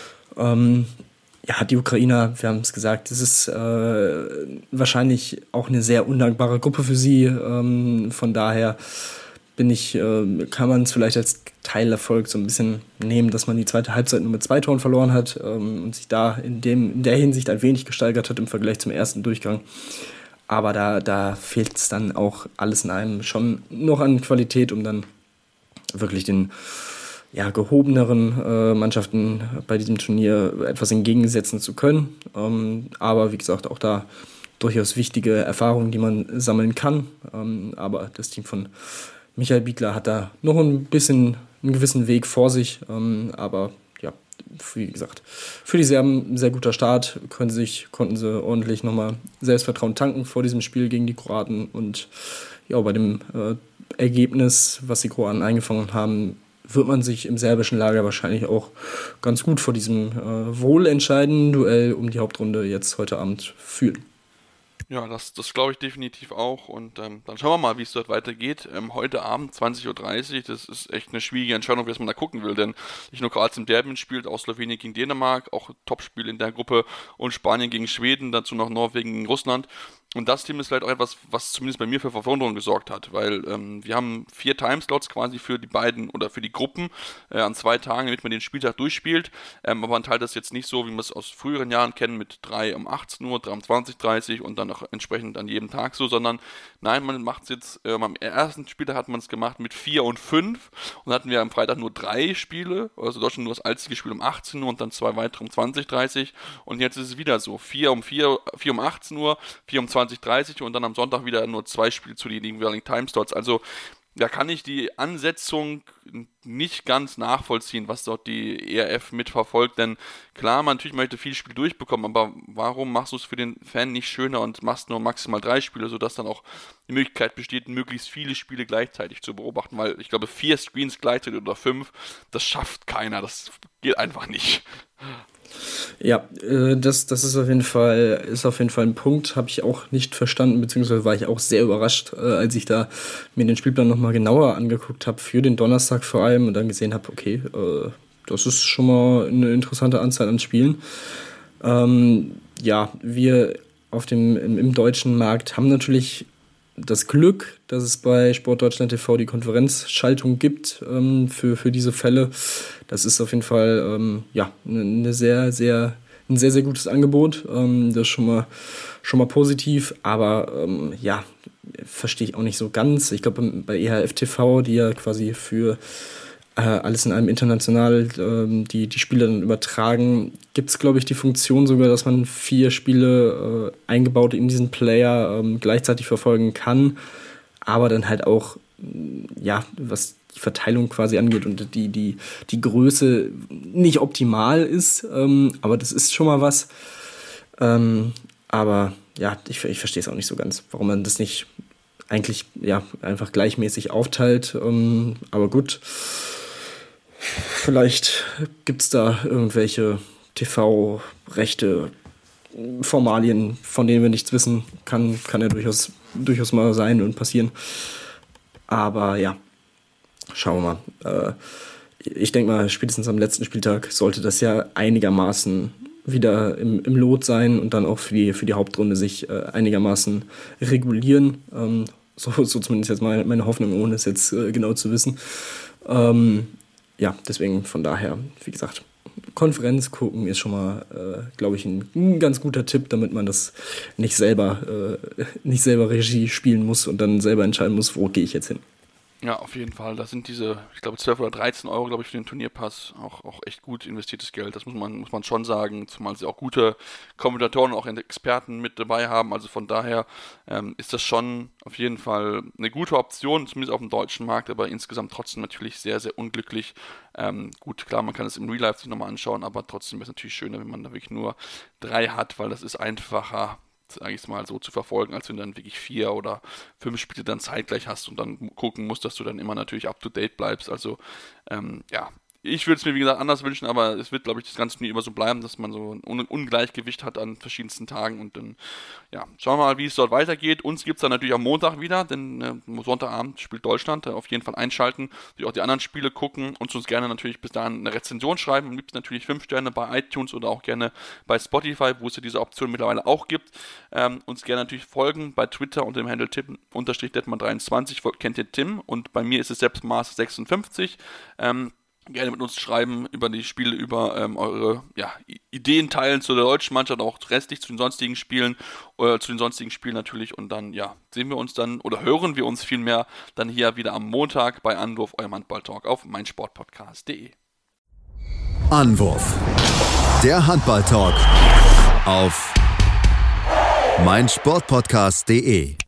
Ähm, Ja, die Ukrainer, wir haben es gesagt, das ist äh, wahrscheinlich auch eine sehr undankbare Gruppe für sie. Ähm, von daher bin ich, äh, kann man es vielleicht als Teilerfolg so ein bisschen nehmen, dass man die zweite Halbzeit nur mit zwei Toren verloren hat ähm, und sich da in, dem, in der Hinsicht ein wenig gesteigert hat im Vergleich zum ersten Durchgang. Aber da, da fehlt es dann auch alles in einem schon noch an Qualität, um dann wirklich den ja, gehobeneren äh, Mannschaften bei diesem Turnier etwas entgegensetzen zu können. Ähm, aber wie gesagt, auch da durchaus wichtige Erfahrungen, die man sammeln kann. Ähm, aber das Team von Michael Biegler hat da noch ein bisschen einen gewissen Weg vor sich. Ähm, aber ja, wie gesagt, für die Serben ein sehr guter Start. Können sich, konnten sie ordentlich nochmal Selbstvertrauen tanken vor diesem Spiel gegen die Kroaten. Und ja, bei dem äh, Ergebnis, was die Kroaten eingefangen haben, wird man sich im serbischen Lager wahrscheinlich auch ganz gut vor diesem äh, wohlentscheidenden Duell um die Hauptrunde jetzt heute Abend fühlen. Ja, das, das glaube ich definitiv auch. Und ähm, dann schauen wir mal, wie es dort weitergeht. Ähm, heute Abend zwanzig Uhr dreißig, das ist echt eine schwierige Entscheidung, was man da gucken will. Denn nicht nur Kroatien Serbien spielt, auch Slowenien gegen Dänemark, auch Topspiel in der Gruppe, und Spanien gegen Schweden, dazu noch Norwegen gegen Russland. Und das Team ist vielleicht auch etwas, was zumindest bei mir für Verwunderung gesorgt hat, weil ähm, wir haben vier Timeslots quasi für die beiden oder für die Gruppen äh, an zwei Tagen, damit man den Spieltag durchspielt. Ähm, aber man teilt das jetzt nicht so, wie wir es aus früheren Jahren kennen, mit drei um achtzehn Uhr, drei um zwanzig Uhr dreißig und dann auch entsprechend an jedem Tag so, sondern nein, man macht es jetzt, ähm, am ersten Spieltag hat man es gemacht mit vier und fünf und hatten wir am Freitag nur drei Spiele, also Deutschland nur das einzige Spiel um achtzehn Uhr und dann zwei weitere um zwanzig Uhr dreißig und jetzt ist es wieder so, vier um vier, vier um achtzehn Uhr, vier um zwanzig Uhr dreißig und dann am Sonntag wieder nur zwei Spiele zu den jeweiligen Timeslots. Also da kann ich die Ansetzung nicht ganz nachvollziehen, was dort die E R F mitverfolgt, denn klar, man natürlich möchte viel Spiel durchbekommen, aber warum machst du es für den Fan nicht schöner und machst nur maximal drei Spiele, sodass dann auch die Möglichkeit besteht, möglichst viele Spiele gleichzeitig zu beobachten, weil ich glaube, vier Screens gleichzeitig oder fünf, das schafft keiner, das geht einfach nicht. Ja, äh, das, das ist auf jeden Fall, ist auf jeden Fall ein Punkt, habe ich auch nicht verstanden, beziehungsweise war ich auch sehr überrascht, äh, als ich da mir den Spielplan nochmal genauer angeguckt habe, für den Donnerstag vor allem, und dann gesehen habe, okay, äh, das ist schon mal eine interessante Anzahl an Spielen. Ähm, ja, wir auf dem, im, im deutschen Markt haben natürlich das Glück, dass es bei Sportdeutschland T V die Konferenzschaltung gibt ähm, für, für diese Fälle. Das ist auf jeden Fall ähm, ja, eine sehr, sehr, ein sehr, sehr gutes Angebot. Ähm, das ist schon mal, schon mal positiv, aber ähm, ja, verstehe ich auch nicht so ganz. Ich glaube, bei E H F T V, die ja quasi für äh, alles in einem international ähm, die, die Spiele dann übertragen, gibt es, glaube ich, die Funktion sogar, dass man vier Spiele äh, eingebaut in diesen Player ähm, gleichzeitig verfolgen kann, aber dann halt auch, ja, was die Verteilung quasi angeht und die, die, die Größe nicht optimal ist, ähm, aber das ist schon mal was. Ähm, aber ja, ich, ich verstehe es auch nicht so ganz, warum man das nicht eigentlich ja, einfach gleichmäßig aufteilt. Ähm, aber gut, vielleicht gibt es da irgendwelche T V-Rechte, Formalien, von denen wir nichts wissen. Kann, kann ja durchaus, durchaus mal sein und passieren. Aber ja, schauen wir mal. Äh, ich denke mal, spätestens am letzten Spieltag sollte das ja einigermaßen wieder im, im Lot sein und dann auch für die, für die Hauptrunde sich äh, einigermaßen regulieren. Ähm, so, so zumindest jetzt meine, meine Hoffnung, ohne es jetzt äh, genau zu wissen. Ähm, ja, deswegen von daher, wie gesagt, Konferenz gucken ist schon mal, äh, glaube ich, ein, ein ganz guter Tipp, damit man das nicht selber, äh, nicht selber Regie spielen muss und dann selber entscheiden muss, wo gehe ich jetzt hin. Ja, auf jeden Fall. Das sind diese, ich glaube, zwölf oder dreizehn Euro, glaube ich, für den Turnierpass. Auch, auch echt gut investiertes Geld. Das muss man, muss man schon sagen. Zumal sie auch gute Kommentatoren und auch Experten mit dabei haben. Also von daher ähm, ist das schon auf jeden Fall eine gute Option, zumindest auf dem deutschen Markt, aber insgesamt trotzdem natürlich sehr, sehr unglücklich. Ähm, gut, klar, man kann es im Real Life sich nochmal anschauen, aber trotzdem ist es natürlich schöner, wenn man da wirklich nur drei hat, weil das ist einfacher sage ich es mal, so zu verfolgen, als wenn du dann wirklich vier oder fünf Spiele dann zeitgleich hast und dann gucken musst, dass du dann immer natürlich up-to-date bleibst. Also, ähm, ja, ich würde es mir, wie gesagt, anders wünschen, aber es wird, glaube ich, das Ganze nie immer so bleiben, dass man so ein Ungleichgewicht hat an verschiedensten Tagen und dann, ja, schauen wir mal, wie es dort weitergeht. Uns gibt es dann natürlich am Montag wieder, denn äh, Sonntagabend spielt Deutschland, äh, auf jeden Fall einschalten, die auch die anderen Spiele gucken und uns gerne natürlich bis dahin eine Rezension schreiben. Am liebsten natürlich fünf Sterne bei iTunes oder auch gerne bei Spotify, wo es ja diese Option mittlerweile auch gibt. Ähm, uns gerne natürlich folgen bei Twitter unter dem Handle Tim-Detman dreiundzwanzig, kennt ihr Tim und bei mir ist es Selbstmaß sechsundfünfzig. Ähm, Gerne mit uns schreiben über die Spiele, über ähm, eure ja, Ideen teilen zu der deutschen Mannschaft, auch restlich zu den sonstigen Spielen, äh, zu den sonstigen Spielen natürlich. Und dann, ja, sehen wir uns dann oder hören wir uns vielmehr dann hier wieder am Montag bei Anwurf, eurem Handball-Talk auf meinsportpodcast punkt de. Anwurf, der Handball-Talk auf meinsportpodcast punkt de.